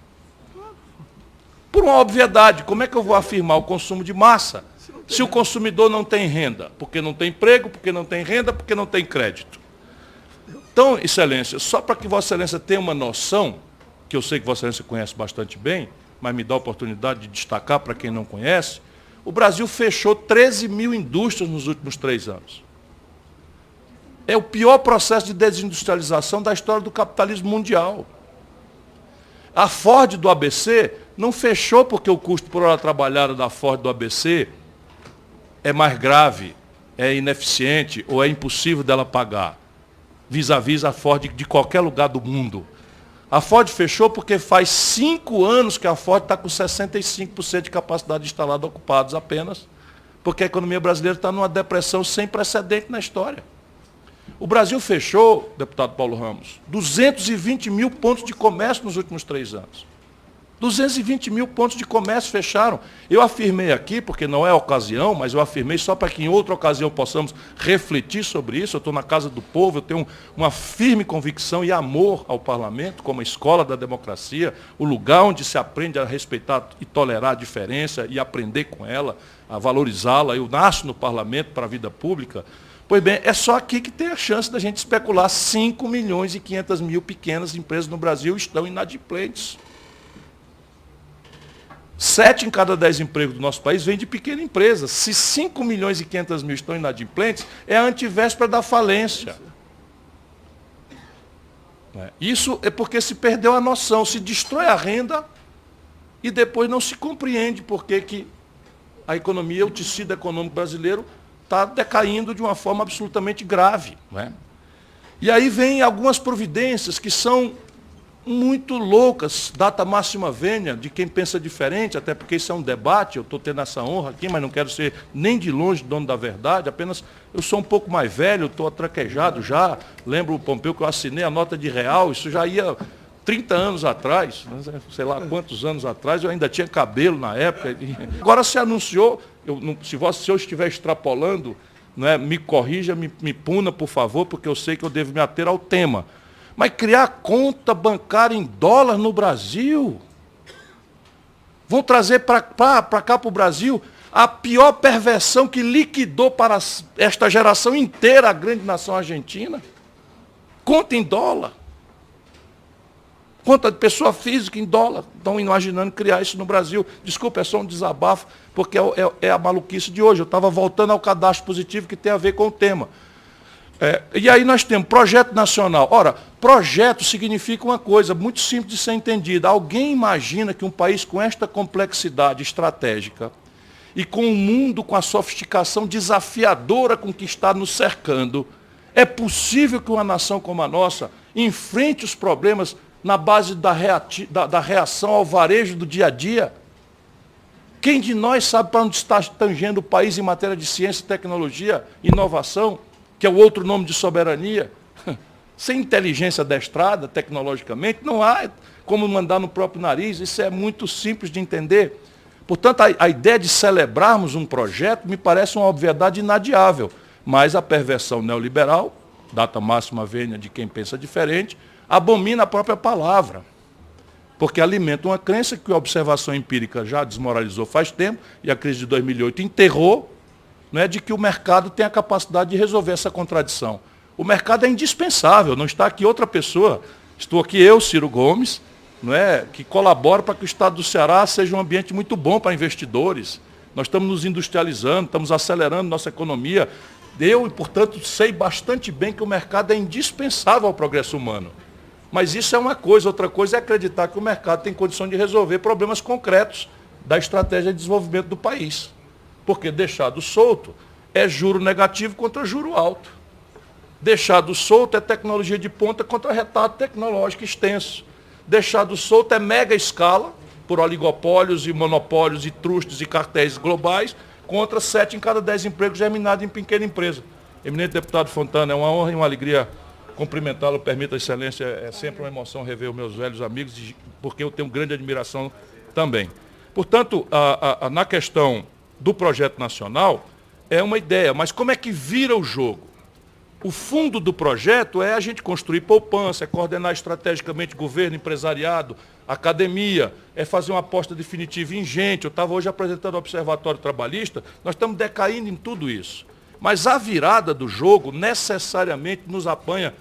Por uma obviedade, como é que eu vou afirmar o consumo de massa se o consumidor não tem renda? Porque não tem emprego, porque não tem renda, porque não tem crédito. Então, Excelência, só para que Vossa Excelência tenha uma noção, que eu sei que Vossa Excelência conhece bastante bem, mas me dá a oportunidade de destacar para quem não conhece, o Brasil fechou 13 mil indústrias nos últimos 3 anos. É o pior processo de desindustrialização da história do capitalismo mundial. A Ford do ABC não fechou porque o custo por hora trabalhada da Ford do ABC é mais grave, é ineficiente ou é impossível dela pagar, vis-à-vis a Ford de qualquer lugar do mundo. A Ford fechou porque faz 5 anos que a Ford está com 65% de capacidade instalada ocupados apenas, porque a economia brasileira está numa depressão sem precedente na história. O Brasil fechou, deputado Paulo Ramos, 220 mil pontos de comércio nos últimos 3 anos. 220 mil pontos de comércio fecharam. Eu afirmei aqui, porque não é a ocasião, mas eu afirmei só para que em outra ocasião possamos refletir sobre isso. Eu estou na casa do povo, eu tenho uma firme convicção e amor ao parlamento, como a escola da democracia, o lugar onde se aprende a respeitar e tolerar a diferença e aprender com ela, a valorizá-la. Eu nasço no parlamento para a vida pública. Pois bem, é só aqui que tem a chance da gente especular. 5 milhões e 500 mil pequenas empresas no Brasil estão inadimplentes. 7 em cada 10 empregos do nosso país vêm de pequena empresa. Se 5 milhões e 500 mil estão inadimplentes, é a antivéspera da falência. Isso é porque se perdeu a noção, se destrói a renda e depois não se compreende por que a economia, o tecido econômico brasileiro está decaindo de uma forma absolutamente grave. E aí vem algumas providências que são muito loucas, data máxima vênia, de quem pensa diferente, até porque isso é um debate, eu estou tendo essa honra aqui, mas não quero ser nem de longe dono da verdade, apenas eu sou um pouco mais velho, estou atraquejado já, lembro o Pompeu que eu assinei a nota de real, isso já ia 30 anos atrás, sei lá quantos anos atrás, eu ainda tinha cabelo na época. Agora se anunciou, se Vossa Senhor estiver extrapolando, me corrija, me puna, por favor, porque eu sei que eu devo me ater ao tema. Mas criar conta bancária em dólar no Brasil? Vão trazer para cá, para o Brasil, a pior perversão que liquidou para esta geração inteira a grande nação argentina? Conta em dólar. Conta de pessoa física em dólar. Estão imaginando criar isso no Brasil. Desculpa, é só um desabafo, porque é a maluquice de hoje. Eu estava voltando ao cadastro positivo que tem a ver com o tema. E aí nós temos projeto nacional. Ora, projeto significa uma coisa muito simples de ser entendida. Alguém imagina que um país com esta complexidade estratégica e com um mundo com a sofisticação desafiadora com que está nos cercando, é possível que uma nação como a nossa enfrente os problemas na base da reação ao varejo do dia a dia? Quem de nós sabe para onde está tangendo o país em matéria de ciência, tecnologia, inovação, que é o outro nome de soberania? Sem inteligência adestrada, tecnologicamente, não há como mandar no próprio nariz. Isso é muito simples de entender. Portanto, a ideia de celebrarmos um projeto me parece uma obviedade inadiável. Mas a perversão neoliberal, data máxima vênia de quem pensa diferente, abomina a própria palavra. Porque alimenta uma crença que a observação empírica já desmoralizou faz tempo, e a crise de 2008 enterrou, de que o mercado tem a capacidade de resolver essa contradição. O mercado é indispensável, não está aqui outra pessoa. Estou aqui eu, Ciro Gomes, que colabora para que o estado do Ceará seja um ambiente muito bom para investidores. Nós estamos nos industrializando, estamos acelerando nossa economia. Eu, portanto, sei bastante bem que o mercado é indispensável ao progresso humano. Mas isso é uma coisa, outra coisa é acreditar que o mercado tem condição de resolver problemas concretos da estratégia de desenvolvimento do país. Porque deixado solto é juro negativo contra juro alto. Deixado solto é tecnologia de ponta contra retardo tecnológico extenso. Deixado solto é mega escala, por oligopólios e monopólios e trustes e cartéis globais, contra 7 em cada 10 empregos germinados em pequena empresa. Eminente deputado Fontana, é uma honra e uma alegria cumprimentá-lo. Permita, excelência, é sempre uma emoção rever os meus velhos amigos, porque eu tenho grande admiração também. Portanto, na questão do projeto nacional, é uma ideia, mas como é que vira o jogo? O fundo do projeto é a gente construir poupança, é coordenar estrategicamente governo, empresariado, academia, é fazer uma aposta definitiva em gente. Eu estava hoje apresentando o Observatório Trabalhista, nós estamos decaindo em tudo isso. Mas a virada do jogo necessariamente nos apanha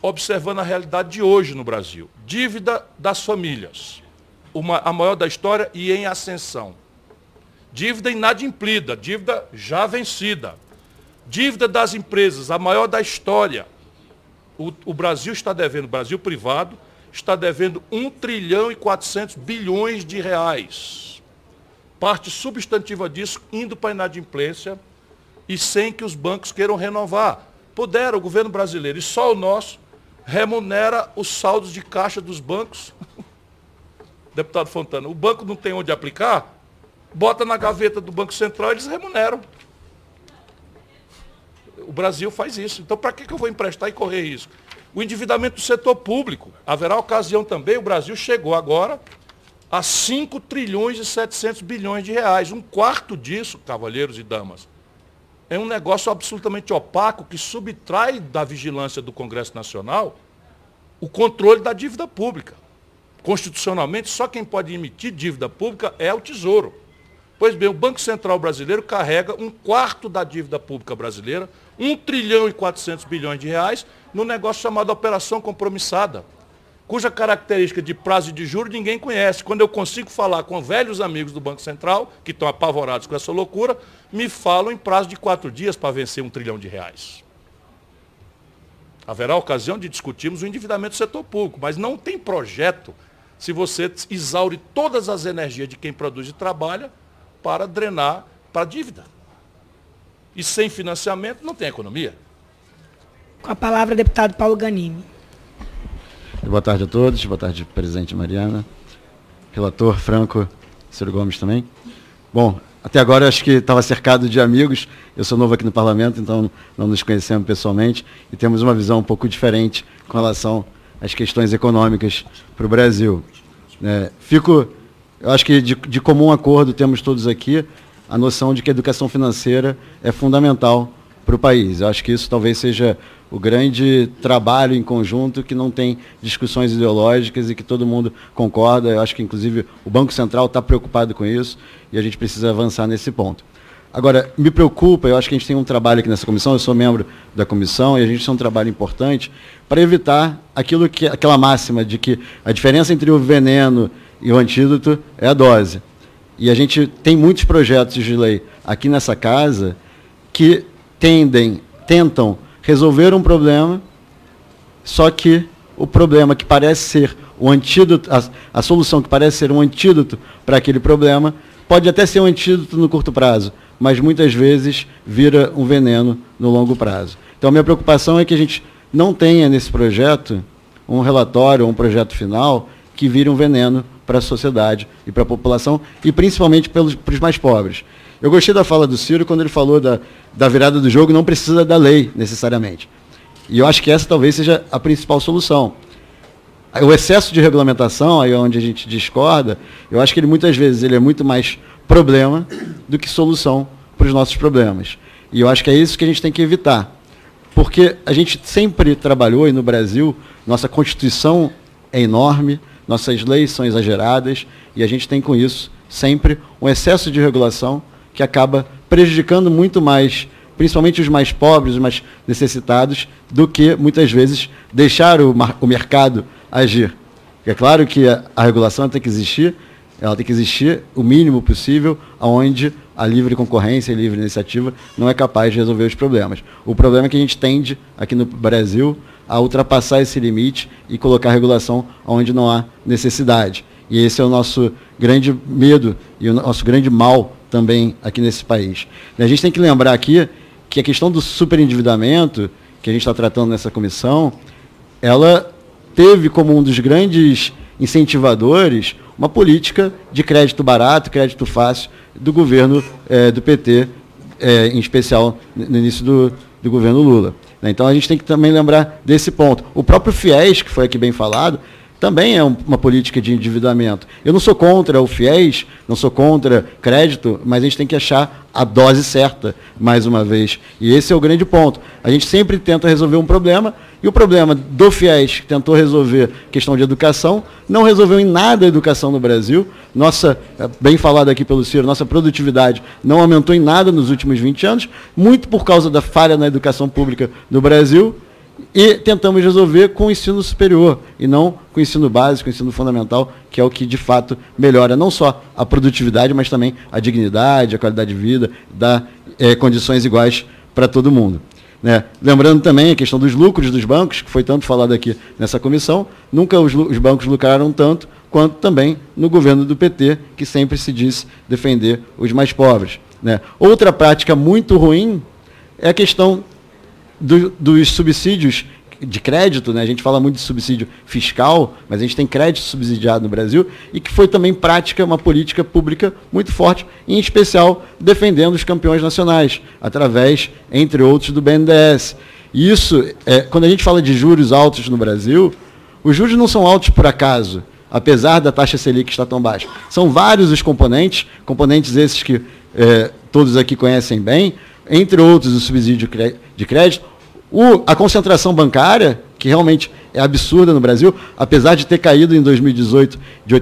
observando a realidade de hoje no Brasil. Dívida das famílias, a maior da história e em ascensão. Dívida inadimplida, dívida já vencida. Dívida das empresas, a maior da história. O Brasil está devendo, o Brasil privado, está devendo 1 trilhão e 400 bilhões de reais. Parte substantiva disso indo para a inadimplência e sem que os bancos queiram renovar. Puderam, o governo brasileiro, e só o nosso, remunera os saldos de caixa dos bancos. Deputado Fontana, o banco não tem onde aplicar, bota na gaveta do Banco Central e eles remuneram. O Brasil faz isso. Então, para que eu vou emprestar e correr risco? O endividamento do setor público. Haverá ocasião também, o Brasil chegou agora a 5 trilhões e 700 bilhões de reais. Um quarto disso, cavalheiros e damas, é um negócio absolutamente opaco que subtrai da vigilância do Congresso Nacional o controle da dívida pública. Constitucionalmente, só quem pode emitir dívida pública é o Tesouro. Pois bem, o Banco Central brasileiro carrega um quarto da dívida pública brasileira, 1 trilhão e 400 bilhões de reais, no negócio chamado Operação Compromissada, cuja característica de prazo e de juros ninguém conhece. Quando eu consigo falar com velhos amigos do Banco Central, que estão apavorados com essa loucura, me falam em prazo de 4 dias para vencer 1 trilhão de reais. Haverá ocasião de discutirmos o endividamento do setor público, mas não tem projeto se você exaure todas as energias de quem produz e trabalha para drenar para a dívida. E sem financiamento não tem economia. Com a palavra, deputado Paulo Ganimi. Boa tarde a todos, boa tarde, presidente Mariana, relator Franco, Ciro Gomes também. Bom, até agora eu acho que estava cercado de amigos, eu sou novo aqui no parlamento, então não nos conhecemos pessoalmente e temos uma visão um pouco diferente com relação às questões econômicas para o Brasil. Eu acho que de comum acordo temos todos aqui a noção de que a educação financeira é fundamental para o país. Eu acho que isso talvez seja o grande trabalho em conjunto, que não tem discussões ideológicas e que todo mundo concorda. Eu acho que, inclusive, o Banco Central está preocupado com isso e a gente precisa avançar nesse ponto. Agora, me preocupa, eu acho que a gente tem um trabalho aqui nessa comissão, eu sou membro da comissão, e a gente tem um trabalho importante para evitar aquela máxima de que a diferença entre o veneno e o antídoto é a dose. E a gente tem muitos projetos de lei aqui nessa casa que tentam resolver um problema, só que o problema que parece ser o antídoto, a solução que parece ser um antídoto para aquele problema, pode até ser um antídoto no curto prazo, mas muitas vezes vira um veneno no longo prazo. Então, a minha preocupação é que a gente não tenha nesse projeto um relatório, um projeto final, que vire um veneno para a sociedade e para a população, e principalmente para os mais pobres. Eu gostei da fala do Ciro quando ele falou da virada do jogo, não precisa da lei, necessariamente. E eu acho que essa talvez seja a principal solução. O excesso de regulamentação, aí onde a gente discorda, eu acho que ele muitas vezes ele é muito mais problema do que solução para os nossos problemas. E eu acho que é isso que a gente tem que evitar. Porque a gente sempre trabalhou, e no Brasil, nossa Constituição é enorme, nossas leis são exageradas, e a gente tem com isso sempre um excesso de regulação que acaba prejudicando muito mais, principalmente os mais pobres, os mais necessitados, do que, muitas vezes, deixar o mercado agir. É claro que a regulação tem que existir, ela tem que existir o mínimo possível, onde a livre concorrência e livre iniciativa não é capaz de resolver os problemas. O problema é que a gente tende, aqui no Brasil, a ultrapassar esse limite e colocar regulação onde não há necessidade. E esse é o nosso grande medo e o nosso grande mal também aqui nesse país. E a gente tem que lembrar aqui que a questão do superendividamento, que a gente está tratando nessa comissão, ela teve como um dos grandes incentivadores uma política de crédito barato, crédito fácil do governo do PT, em especial no início do governo Lula. Então a gente tem que também lembrar desse ponto. O próprio FIES, que foi aqui bem falado, também é uma política de endividamento. Eu não sou contra o FIES, não sou contra crédito, mas a gente tem que achar a dose certa, mais uma vez. E esse é o grande ponto. A gente sempre tenta resolver um problema, e o problema do FIES, que tentou resolver a questão de educação, não resolveu em nada a educação no Brasil. Nossa, bem falado aqui pelo Ciro, nossa produtividade não aumentou em nada nos últimos 20 anos, muito por causa da falha na educação pública no Brasil. e tentamos resolver com o ensino superior, e não com o ensino básico, o ensino fundamental, que é o que, de fato, melhora não só a produtividade, mas também a dignidade, a qualidade de vida, dá condições iguais para todo mundo. Né? Lembrando também a questão dos lucros dos bancos, que foi tanto falado aqui nessa comissão, nunca os bancos lucraram tanto quanto também no governo do PT, que sempre se disse defender os mais pobres. Né? Outra prática muito ruim é a questão dos subsídios de crédito, né? A gente fala muito de subsídio fiscal, mas a gente tem crédito subsidiado no Brasil, e que foi também uma política pública muito forte, em especial defendendo os campeões nacionais, através, entre outros, do BNDES. E isso, quando a gente fala de juros altos no Brasil, os juros não são altos por acaso, apesar da taxa Selic estar tão baixa. São vários os componentes esses que todos aqui conhecem bem, entre outros o subsídio de crédito, a concentração bancária, que realmente é absurda no Brasil, apesar de ter caído em 2018 de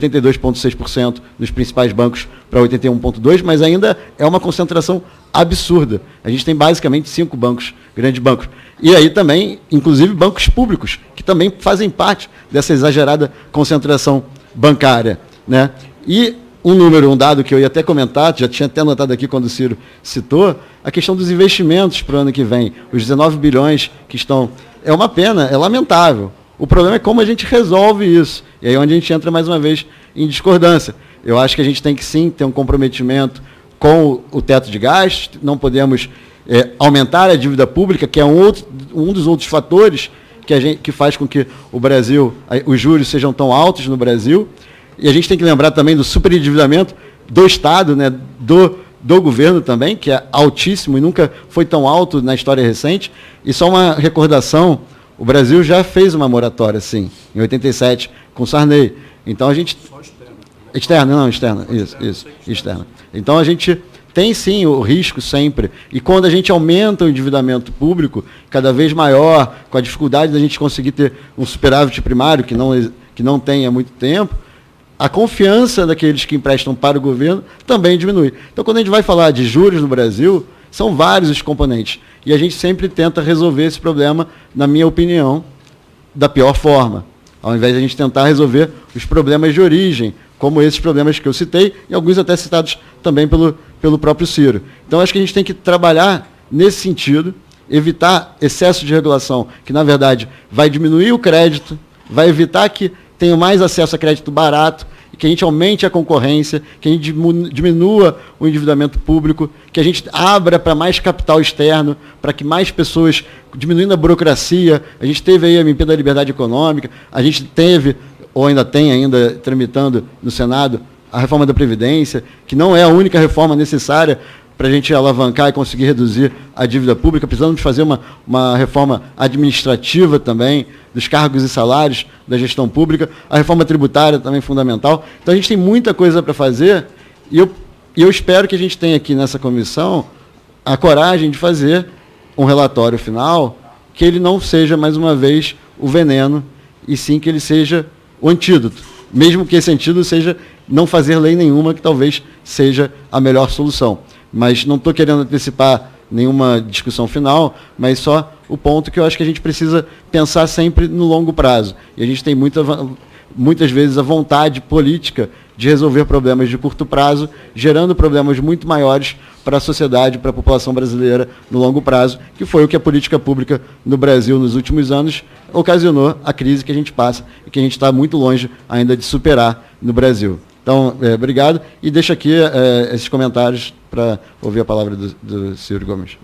82,6% nos principais bancos para 81,2%, mas ainda é uma concentração absurda. A gente tem basicamente 5 bancos, grandes bancos. E aí também, inclusive, bancos públicos, que também fazem parte dessa exagerada concentração bancária. Né? E um dado que eu ia até comentar, já tinha até anotado aqui quando o Ciro citou, a questão dos investimentos para o ano que vem. Os 19 bilhões que estão... É uma pena, é lamentável. O problema é como a gente resolve isso. E aí é onde a gente entra mais uma vez em discordância. Eu acho que a gente tem que sim ter um comprometimento com o teto de gastos, não podemos aumentar a dívida pública, que é um dos outros fatores que faz com que o Brasil, os juros sejam tão altos no Brasil. E a gente tem que lembrar também do superendividamento do Estado, né, do governo também, que é altíssimo e nunca foi tão alto na história recente. E só uma recordação, o Brasil já fez uma moratória, sim, em 87, com Sarney. Então a gente... Só externa. Externa, não, externa. Isso, externa. Então a gente tem sim o risco sempre. E quando a gente aumenta o endividamento público, cada vez maior, com a dificuldade da gente conseguir ter um superávit primário, que não tem há muito tempo, a confiança daqueles que emprestam para o governo também diminui. Então, quando a gente vai falar de juros no Brasil, são vários os componentes. E a gente sempre tenta resolver esse problema, na minha opinião, da pior forma. Ao invés de a gente tentar resolver os problemas de origem, como esses problemas que eu citei, e alguns até citados também pelo próprio Ciro. Então, acho que a gente tem que trabalhar nesse sentido, evitar excesso de regulação, que, na verdade, vai diminuir o crédito, vai evitar que tenha mais acesso a crédito barato, que a gente aumente a concorrência, que a gente diminua o endividamento público, que a gente abra para mais capital externo, para que mais pessoas, diminuindo a burocracia. A gente teve aí a MP da Liberdade Econômica, a gente teve, ou ainda tem ainda tramitando no Senado, a reforma da Previdência, que não é a única reforma necessária para a gente alavancar e conseguir reduzir a dívida pública. Precisamos fazer uma reforma administrativa também, dos cargos e salários da gestão pública. A reforma tributária também é fundamental. Então, a gente tem muita coisa para fazer, e eu espero que a gente tenha aqui nessa comissão a coragem de fazer um relatório final, que ele não seja, mais uma vez, o veneno, e sim que ele seja o antídoto. Mesmo que esse antídoto seja não fazer lei nenhuma, que talvez seja a melhor solução. Mas não estou querendo antecipar nenhuma discussão final, mas só o ponto que eu acho que a gente precisa pensar sempre no longo prazo. E a gente tem muitas vezes a vontade política de resolver problemas de curto prazo, gerando problemas muito maiores para a sociedade, para a população brasileira no longo prazo, que foi o que a política pública no Brasil nos últimos anos ocasionou a crise que a gente passa e que a gente está muito longe ainda de superar no Brasil. Então, obrigado. E deixo aqui esses comentários para ouvir a palavra do Ciro Gomes.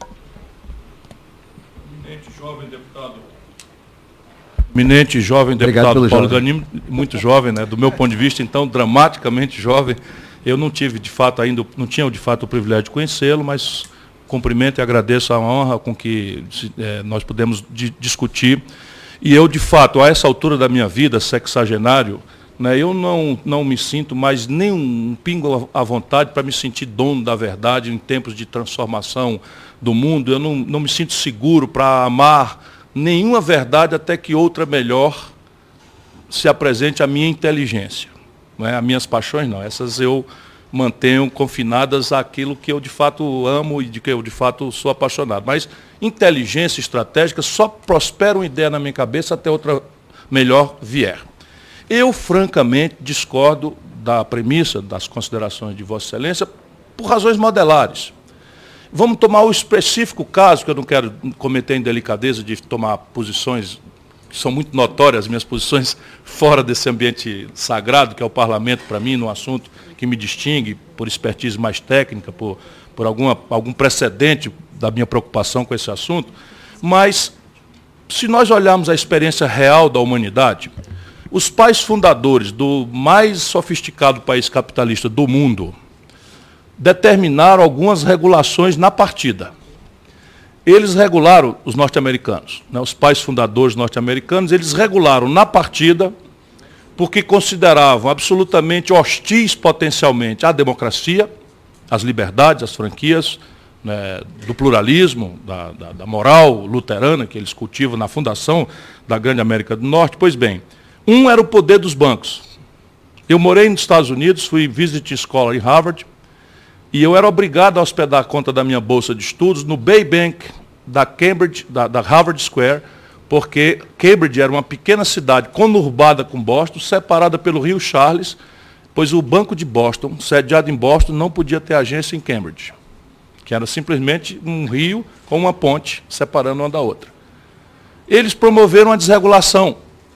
Eminente jovem deputado Paulo Ganim, muito jovem, né? Do meu ponto de vista, então, dramaticamente jovem. Eu não tive, de fato, ainda, não tinha, de fato, o privilégio de conhecê-lo, mas cumprimento e agradeço a honra com que nós pudemos discutir. E eu, de fato, a essa altura da minha vida, sexagenário, né, eu não me sinto mais nem um pingo à vontade para me sentir dono da verdade em tempos de transformação do mundo. Eu não me sinto seguro para amar nenhuma verdade até que outra melhor se apresente à minha inteligência. Não é? As minhas paixões não, essas eu mantenham confinadas àquilo que eu de fato amo e de que eu de fato sou apaixonado. Mas inteligência estratégica só prospera uma ideia na minha cabeça até outra melhor vier. Eu, francamente, discordo da premissa, das considerações de Vossa Excelência, por razões modelares. Vamos tomar o específico caso, que eu não quero cometer a indelicadeza de tomar posições que são muito notórias, minhas posições fora desse ambiente sagrado, que é o parlamento, para mim, num assunto que me distingue por expertise mais técnica, por algum precedente da minha preocupação com esse assunto. Mas, se nós olharmos a experiência real da humanidade, os pais fundadores do mais sofisticado país capitalista do mundo determinaram algumas regulações na partida. Eles regularam, os norte-americanos, né, os pais fundadores norte-americanos, eles regularam na partida porque consideravam absolutamente hostis potencialmente à democracia, às liberdades, às franquias, né, do pluralismo, da moral luterana que eles cultivam na fundação da grande América do Norte. Pois bem, um era o poder dos bancos. Eu morei nos Estados Unidos, fui visiting scholar em Harvard, e eu era obrigado a hospedar a conta da minha bolsa de estudos no Bay Bank da Cambridge, da Harvard Square, porque Cambridge era uma pequena cidade conurbada com Boston, separada pelo rio Charles, pois o Banco de Boston, sediado em Boston, não podia ter agência em Cambridge, que era simplesmente um rio com uma ponte separando uma da outra. Eles promoveram a desregulação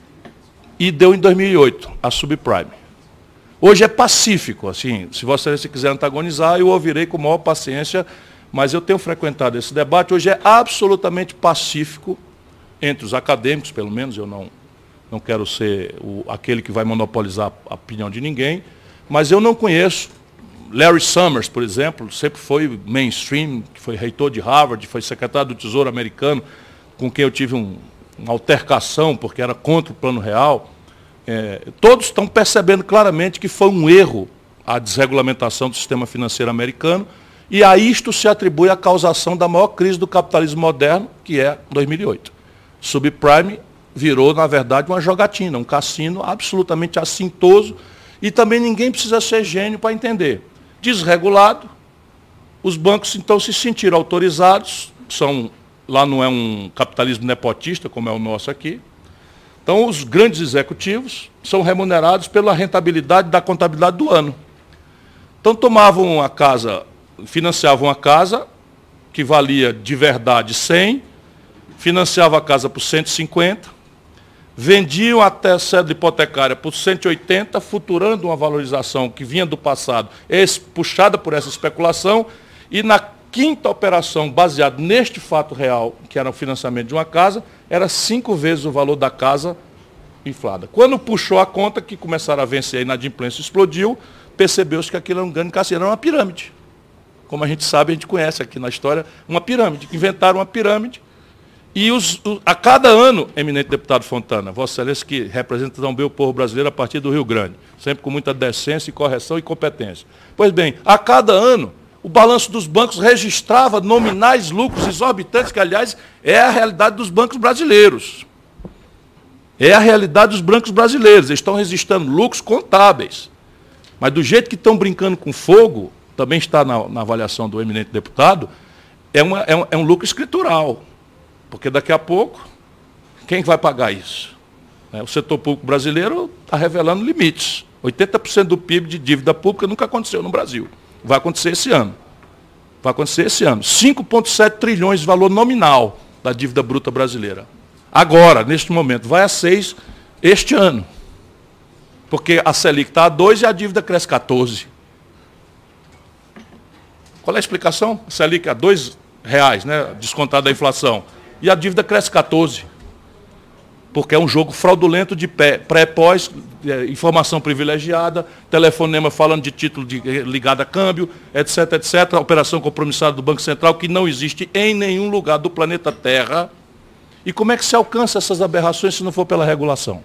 e deu em 2008 a subprime. Hoje é pacífico, assim, se Vossa Excelência quiser antagonizar, eu ouvirei com maior paciência, mas eu tenho frequentado esse debate. Hoje é absolutamente pacífico, entre os acadêmicos, pelo menos, eu não quero ser aquele que vai monopolizar a opinião de ninguém, mas eu não conheço. Larry Summers, por exemplo, sempre foi mainstream, que foi reitor de Harvard, foi secretário do Tesouro americano, com quem eu tive uma altercação, porque era contra o Plano Real. Todos estão percebendo claramente que foi um erro a desregulamentação do sistema financeiro americano, e a isto se atribui a causação da maior crise do capitalismo moderno, que é 2008. Subprime virou, na verdade, uma jogatina, um cassino absolutamente assintoso, e também ninguém precisa ser gênio para entender. Desregulado, os bancos então se sentiram autorizados, lá não é um capitalismo nepotista, como é o nosso aqui. Então, os grandes executivos são remunerados pela rentabilidade da contabilidade do ano. Então, tomavam a casa, financiavam a casa, que valia de verdade 100, financiavam a casa por 150, vendiam até a cédula hipotecária por 180, futurando uma valorização que vinha do passado, puxada por essa especulação, e na quinta operação, baseada neste fato real, que era o financiamento de uma casa, era 5 vezes o valor da casa inflada. Quando puxou a conta, que começaram a vencer, a inadimplência explodiu, percebeu-se que aquilo era um grande cassino, era uma pirâmide. Como a gente sabe, a gente conhece aqui na história, uma pirâmide. Inventaram uma pirâmide, e a cada ano, eminente deputado Fontana, Vossa Excelência que representa tão bem o povo brasileiro a partir do Rio Grande, sempre com muita decência, correção e competência. Pois bem, a cada ano, o balanço dos bancos registrava nominais lucros exorbitantes, que, aliás, é a realidade dos bancos brasileiros. É a realidade dos bancos brasileiros. Eles estão registrando lucros contábeis. Mas, do jeito que estão brincando com fogo, também está na avaliação do eminente deputado, é um lucro escritural. Porque, daqui a pouco, quem vai pagar isso? O setor público brasileiro está revelando limites. 80% do PIB de dívida pública nunca aconteceu no Brasil. Vai acontecer esse ano. Vai acontecer esse ano. 5,7 trilhões de valor nominal da dívida bruta brasileira. Agora, neste momento, vai a 6 este ano. Porque a Selic está a 2 e a dívida cresce 14. Qual é a explicação? A Selic a R$2, né, descontada da inflação. E a dívida cresce 14. Porque é um jogo fraudulento de pré-pós, informação privilegiada, telefonema falando de título ligado a câmbio, etc., etc., operação compromissada do Banco Central, que não existe em nenhum lugar do planeta Terra. E como é que se alcança essas aberrações se não for pela regulação?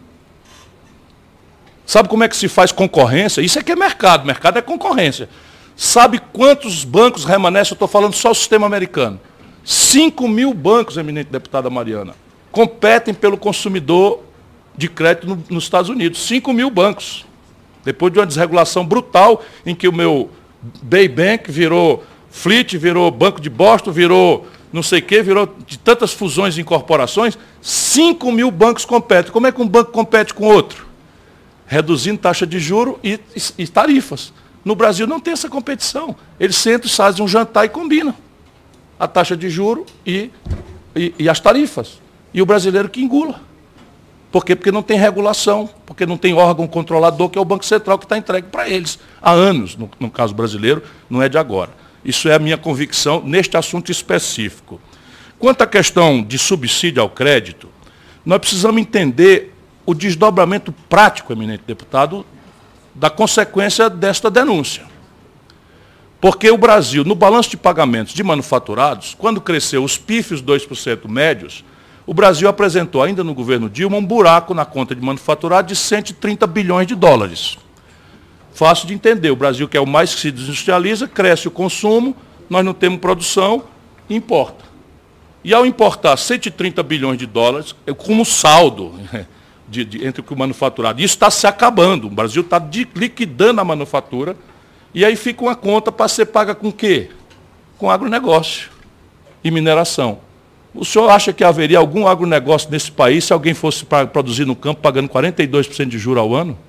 Sabe como é que se faz concorrência? Isso aqui é mercado é concorrência. Sabe quantos bancos remanescem? Eu estou falando só o sistema americano. 5 mil bancos, eminente deputada Mariana, competem pelo consumidor de crédito nos Estados Unidos. 5 mil bancos. Depois de uma desregulação brutal, em que o meu Bay Bank virou Fleet, virou Banco de Boston, virou não sei o quê, virou de tantas fusões e incorporações, 5 mil bancos competem. Como é que um banco compete com outro? Reduzindo taxa de juros e tarifas. No Brasil não tem essa competição. Eles sentam, fazem um jantar e combinam a taxa de juros e as tarifas. E o brasileiro que engula. Por quê? Porque não tem regulação, porque não tem órgão controlador, que é o Banco Central, que está entregue para eles. Há anos, no caso brasileiro, não é de agora. Isso é a minha convicção neste assunto específico. Quanto à questão de subsídio ao crédito, nós precisamos entender o desdobramento prático, eminente deputado, da consequência desta denúncia. Porque o Brasil, no balanço de pagamentos de manufaturados, quando cresceu os pífios 2% médios, o Brasil apresentou, ainda no governo Dilma, um buraco na conta de manufaturado de 130 bilhões de dólares. Fácil de entender, o Brasil, que é o mais que se desindustrializa, cresce o consumo, nós não temos produção, importa. E ao importar 130 bilhões de dólares, como saldo entre o manufaturado, isso está se acabando, o Brasil está liquidando a manufatura, e aí fica uma conta para ser paga com o quê? Com agronegócio e mineração. O senhor acha que haveria algum agronegócio nesse país se alguém fosse produzir no campo pagando 42% de juros ao ano?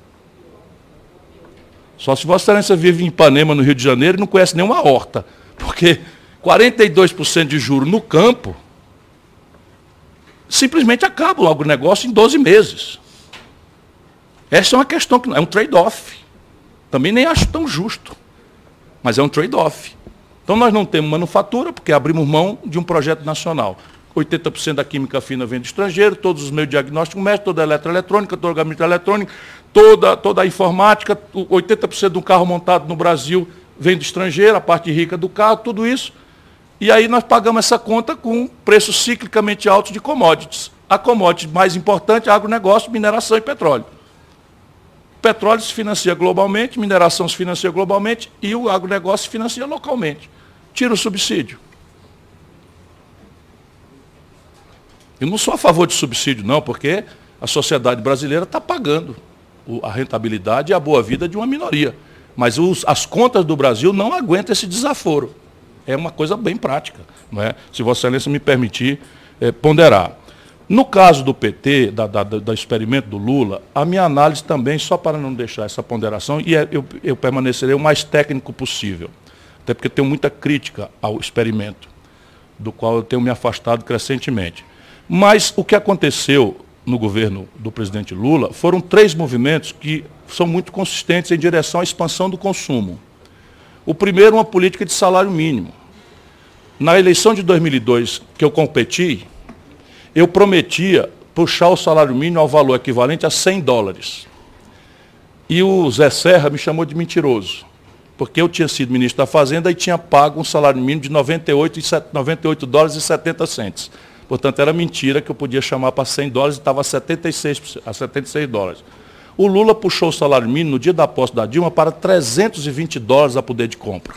Só se Vossa Excelência vive em Ipanema, no Rio de Janeiro, e não conhece nenhuma horta. Porque 42% de juros no campo simplesmente acaba o agronegócio em 12 meses. Essa é uma questão que é um trade-off. Também nem acho tão justo, mas é um trade-off. Então nós não temos manufatura, porque abrimos mão de um projeto nacional. 80% da química fina vem do estrangeiro, todos os meios de diagnóstico médico, toda a eletroeletrônica, toda a gabinete eletrônica, toda a informática, 80% do carro montado no Brasil vem do estrangeiro, a parte rica do carro, tudo isso. E aí nós pagamos essa conta com preços ciclicamente altos de commodities. A commodity mais importante é agronegócio, mineração e petróleo. O petróleo se financia globalmente, mineração se financia globalmente e o agronegócio se financia localmente. Tira o subsídio. Eu não sou a favor de subsídio, não, porque a sociedade brasileira está pagando a rentabilidade e a boa-vida de uma minoria. Mas as contas do Brasil não aguentam esse desaforo. É uma coisa bem prática, não é? Se Vossa Excelência me permitir ponderar. No caso do PT, do experimento do Lula, a minha análise também, só para não deixar essa ponderação, e eu permanecerei o mais técnico possível, até porque tenho muita crítica ao experimento, do qual eu tenho me afastado crescentemente. Mas o que aconteceu no governo do presidente Lula foram 3 movimentos que são muito consistentes em direção à expansão do consumo. O primeiro, uma política de salário mínimo. Na eleição de 2002, que eu competi, eu prometia puxar o salário mínimo ao valor equivalente a 100 dólares. E o Zé Serra me chamou de mentiroso, porque eu tinha sido ministro da Fazenda e tinha pago um salário mínimo de 98 dólares e 70 centes. Portanto, era mentira que eu podia chamar para 100 dólares e estava a 76 dólares. O Lula puxou o salário mínimo no dia da posse da Dilma para 320 dólares a poder de compra.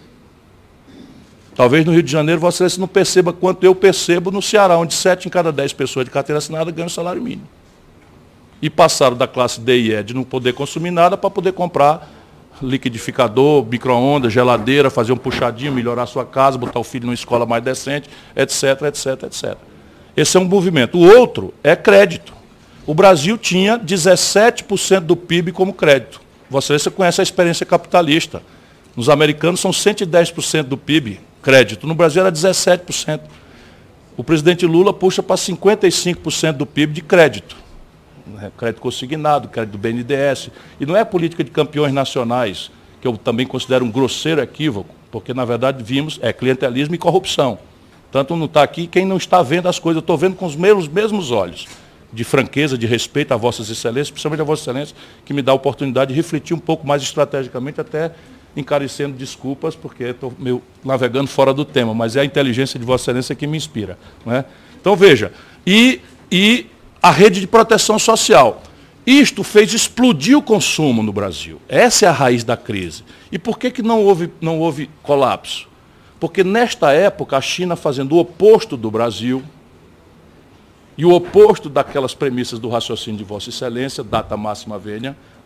Talvez no Rio de Janeiro você não perceba quanto eu percebo no Ceará, onde 7 em cada 10 pessoas de carteira assinada ganham salário mínimo. E passaram da classe D e E de não poder consumir nada para poder comprar liquidificador, micro-ondas, geladeira, fazer um puxadinho, melhorar a sua casa, botar o filho numa escola mais decente, etc, etc, etc. Esse é um movimento. O outro é crédito. O Brasil tinha 17% do PIB como crédito. Você conhece a experiência capitalista. Nos americanos são 110% do PIB crédito. No Brasil era 17%. O presidente Lula puxa para 55% do PIB de crédito. Crédito consignado, crédito do BNDES. E não é política de campeões nacionais, que eu também considero um grosseiro equívoco, porque, na verdade, vimos clientelismo e corrupção. Tanto não está aqui quem não está vendo as coisas. Eu estou vendo com os mesmos olhos, de franqueza, de respeito a Vossas Excelências, principalmente a Vossa Excelência, que me dá a oportunidade de refletir um pouco mais estrategicamente, até encarecendo desculpas, porque estou meio navegando fora do tema, mas é a inteligência de Vossa Excelência que me inspira. Não é? Então, veja, e a rede de proteção social. Isto fez explodir o consumo no Brasil. Essa é a raiz da crise. E por que não houve colapso? Porque, nesta época, a China fazendo o oposto do Brasil, e o oposto daquelas premissas do raciocínio de Vossa Excelência, data máxima vênia,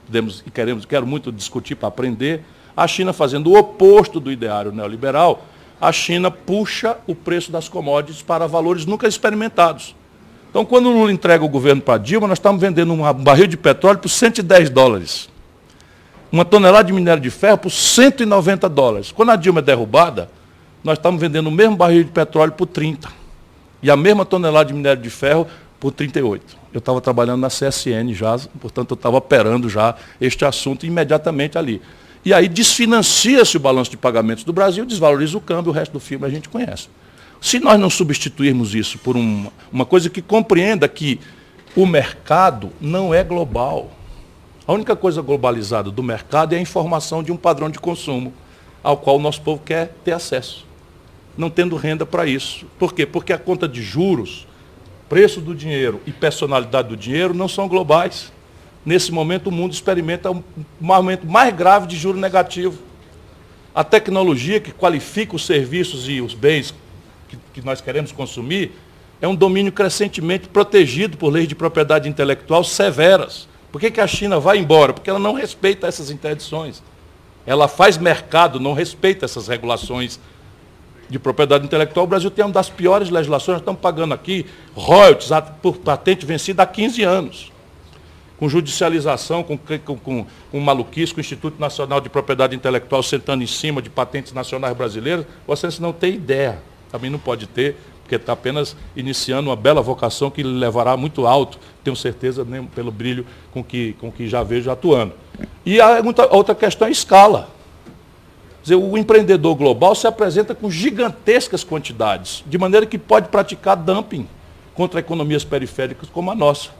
podemos e quero muito discutir para aprender, a China fazendo o oposto do ideário neoliberal, a China puxa o preço das commodities para valores nunca experimentados. Então, quando o Lula entrega o governo para Dilma, nós estamos vendendo um barril de petróleo por $110. Uma tonelada de minério de ferro por $190. Quando a Dilma é derrubada, nós estamos vendendo o mesmo barril de petróleo por 30. E a mesma tonelada de minério de ferro por 38. Eu estava trabalhando na CSN já, portanto, eu estava operando já este assunto imediatamente ali. E aí desfinancia-se o balanço de pagamentos do Brasil, desvaloriza o câmbio, o resto do filme a gente conhece. Se nós não substituirmos isso por uma coisa que compreenda que o mercado não é global. A única coisa globalizada do mercado é a informação de um padrão de consumo, ao qual o nosso povo quer ter acesso, não tendo renda para isso. Por quê? Porque a conta de juros, preço do dinheiro e personalidade do dinheiro não são globais. Nesse momento, o mundo experimenta um momento mais grave de juro negativo. A tecnologia que qualifica os serviços e os bens que nós queremos consumir é um domínio crescentemente protegido por leis de propriedade intelectual severas. Por que a China vai embora? Porque ela não respeita essas interdições. Ela faz mercado, não respeita essas regulações de propriedade intelectual. O Brasil tem uma das piores legislações, nós estamos pagando aqui royalties por patente vencida há 15 anos. Com judicialização, com maluquice, com o Instituto Nacional de Propriedade Intelectual sentando em cima de patentes nacionais brasileiras, vocês não têm ideia. Também não pode ter, porque está apenas iniciando uma bela vocação que levará muito alto, tenho certeza, né, pelo brilho com que já vejo atuando. E a outra questão é a escala. Quer dizer, o empreendedor global se apresenta com gigantescas quantidades, de maneira que pode praticar dumping contra economias periféricas como a nossa.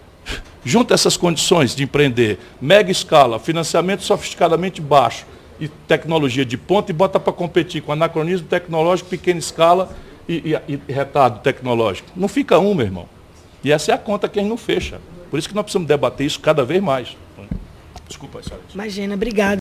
Junta essas condições de empreender, mega escala, financiamento sofisticadamente baixo e tecnologia de ponta e bota para competir com anacronismo tecnológico, pequena escala e retardo tecnológico. Não fica um, meu irmão. E essa é a conta que a gente não fecha. Por isso que nós precisamos debater isso cada vez mais. Desculpa, senhora. Imagina, obrigada.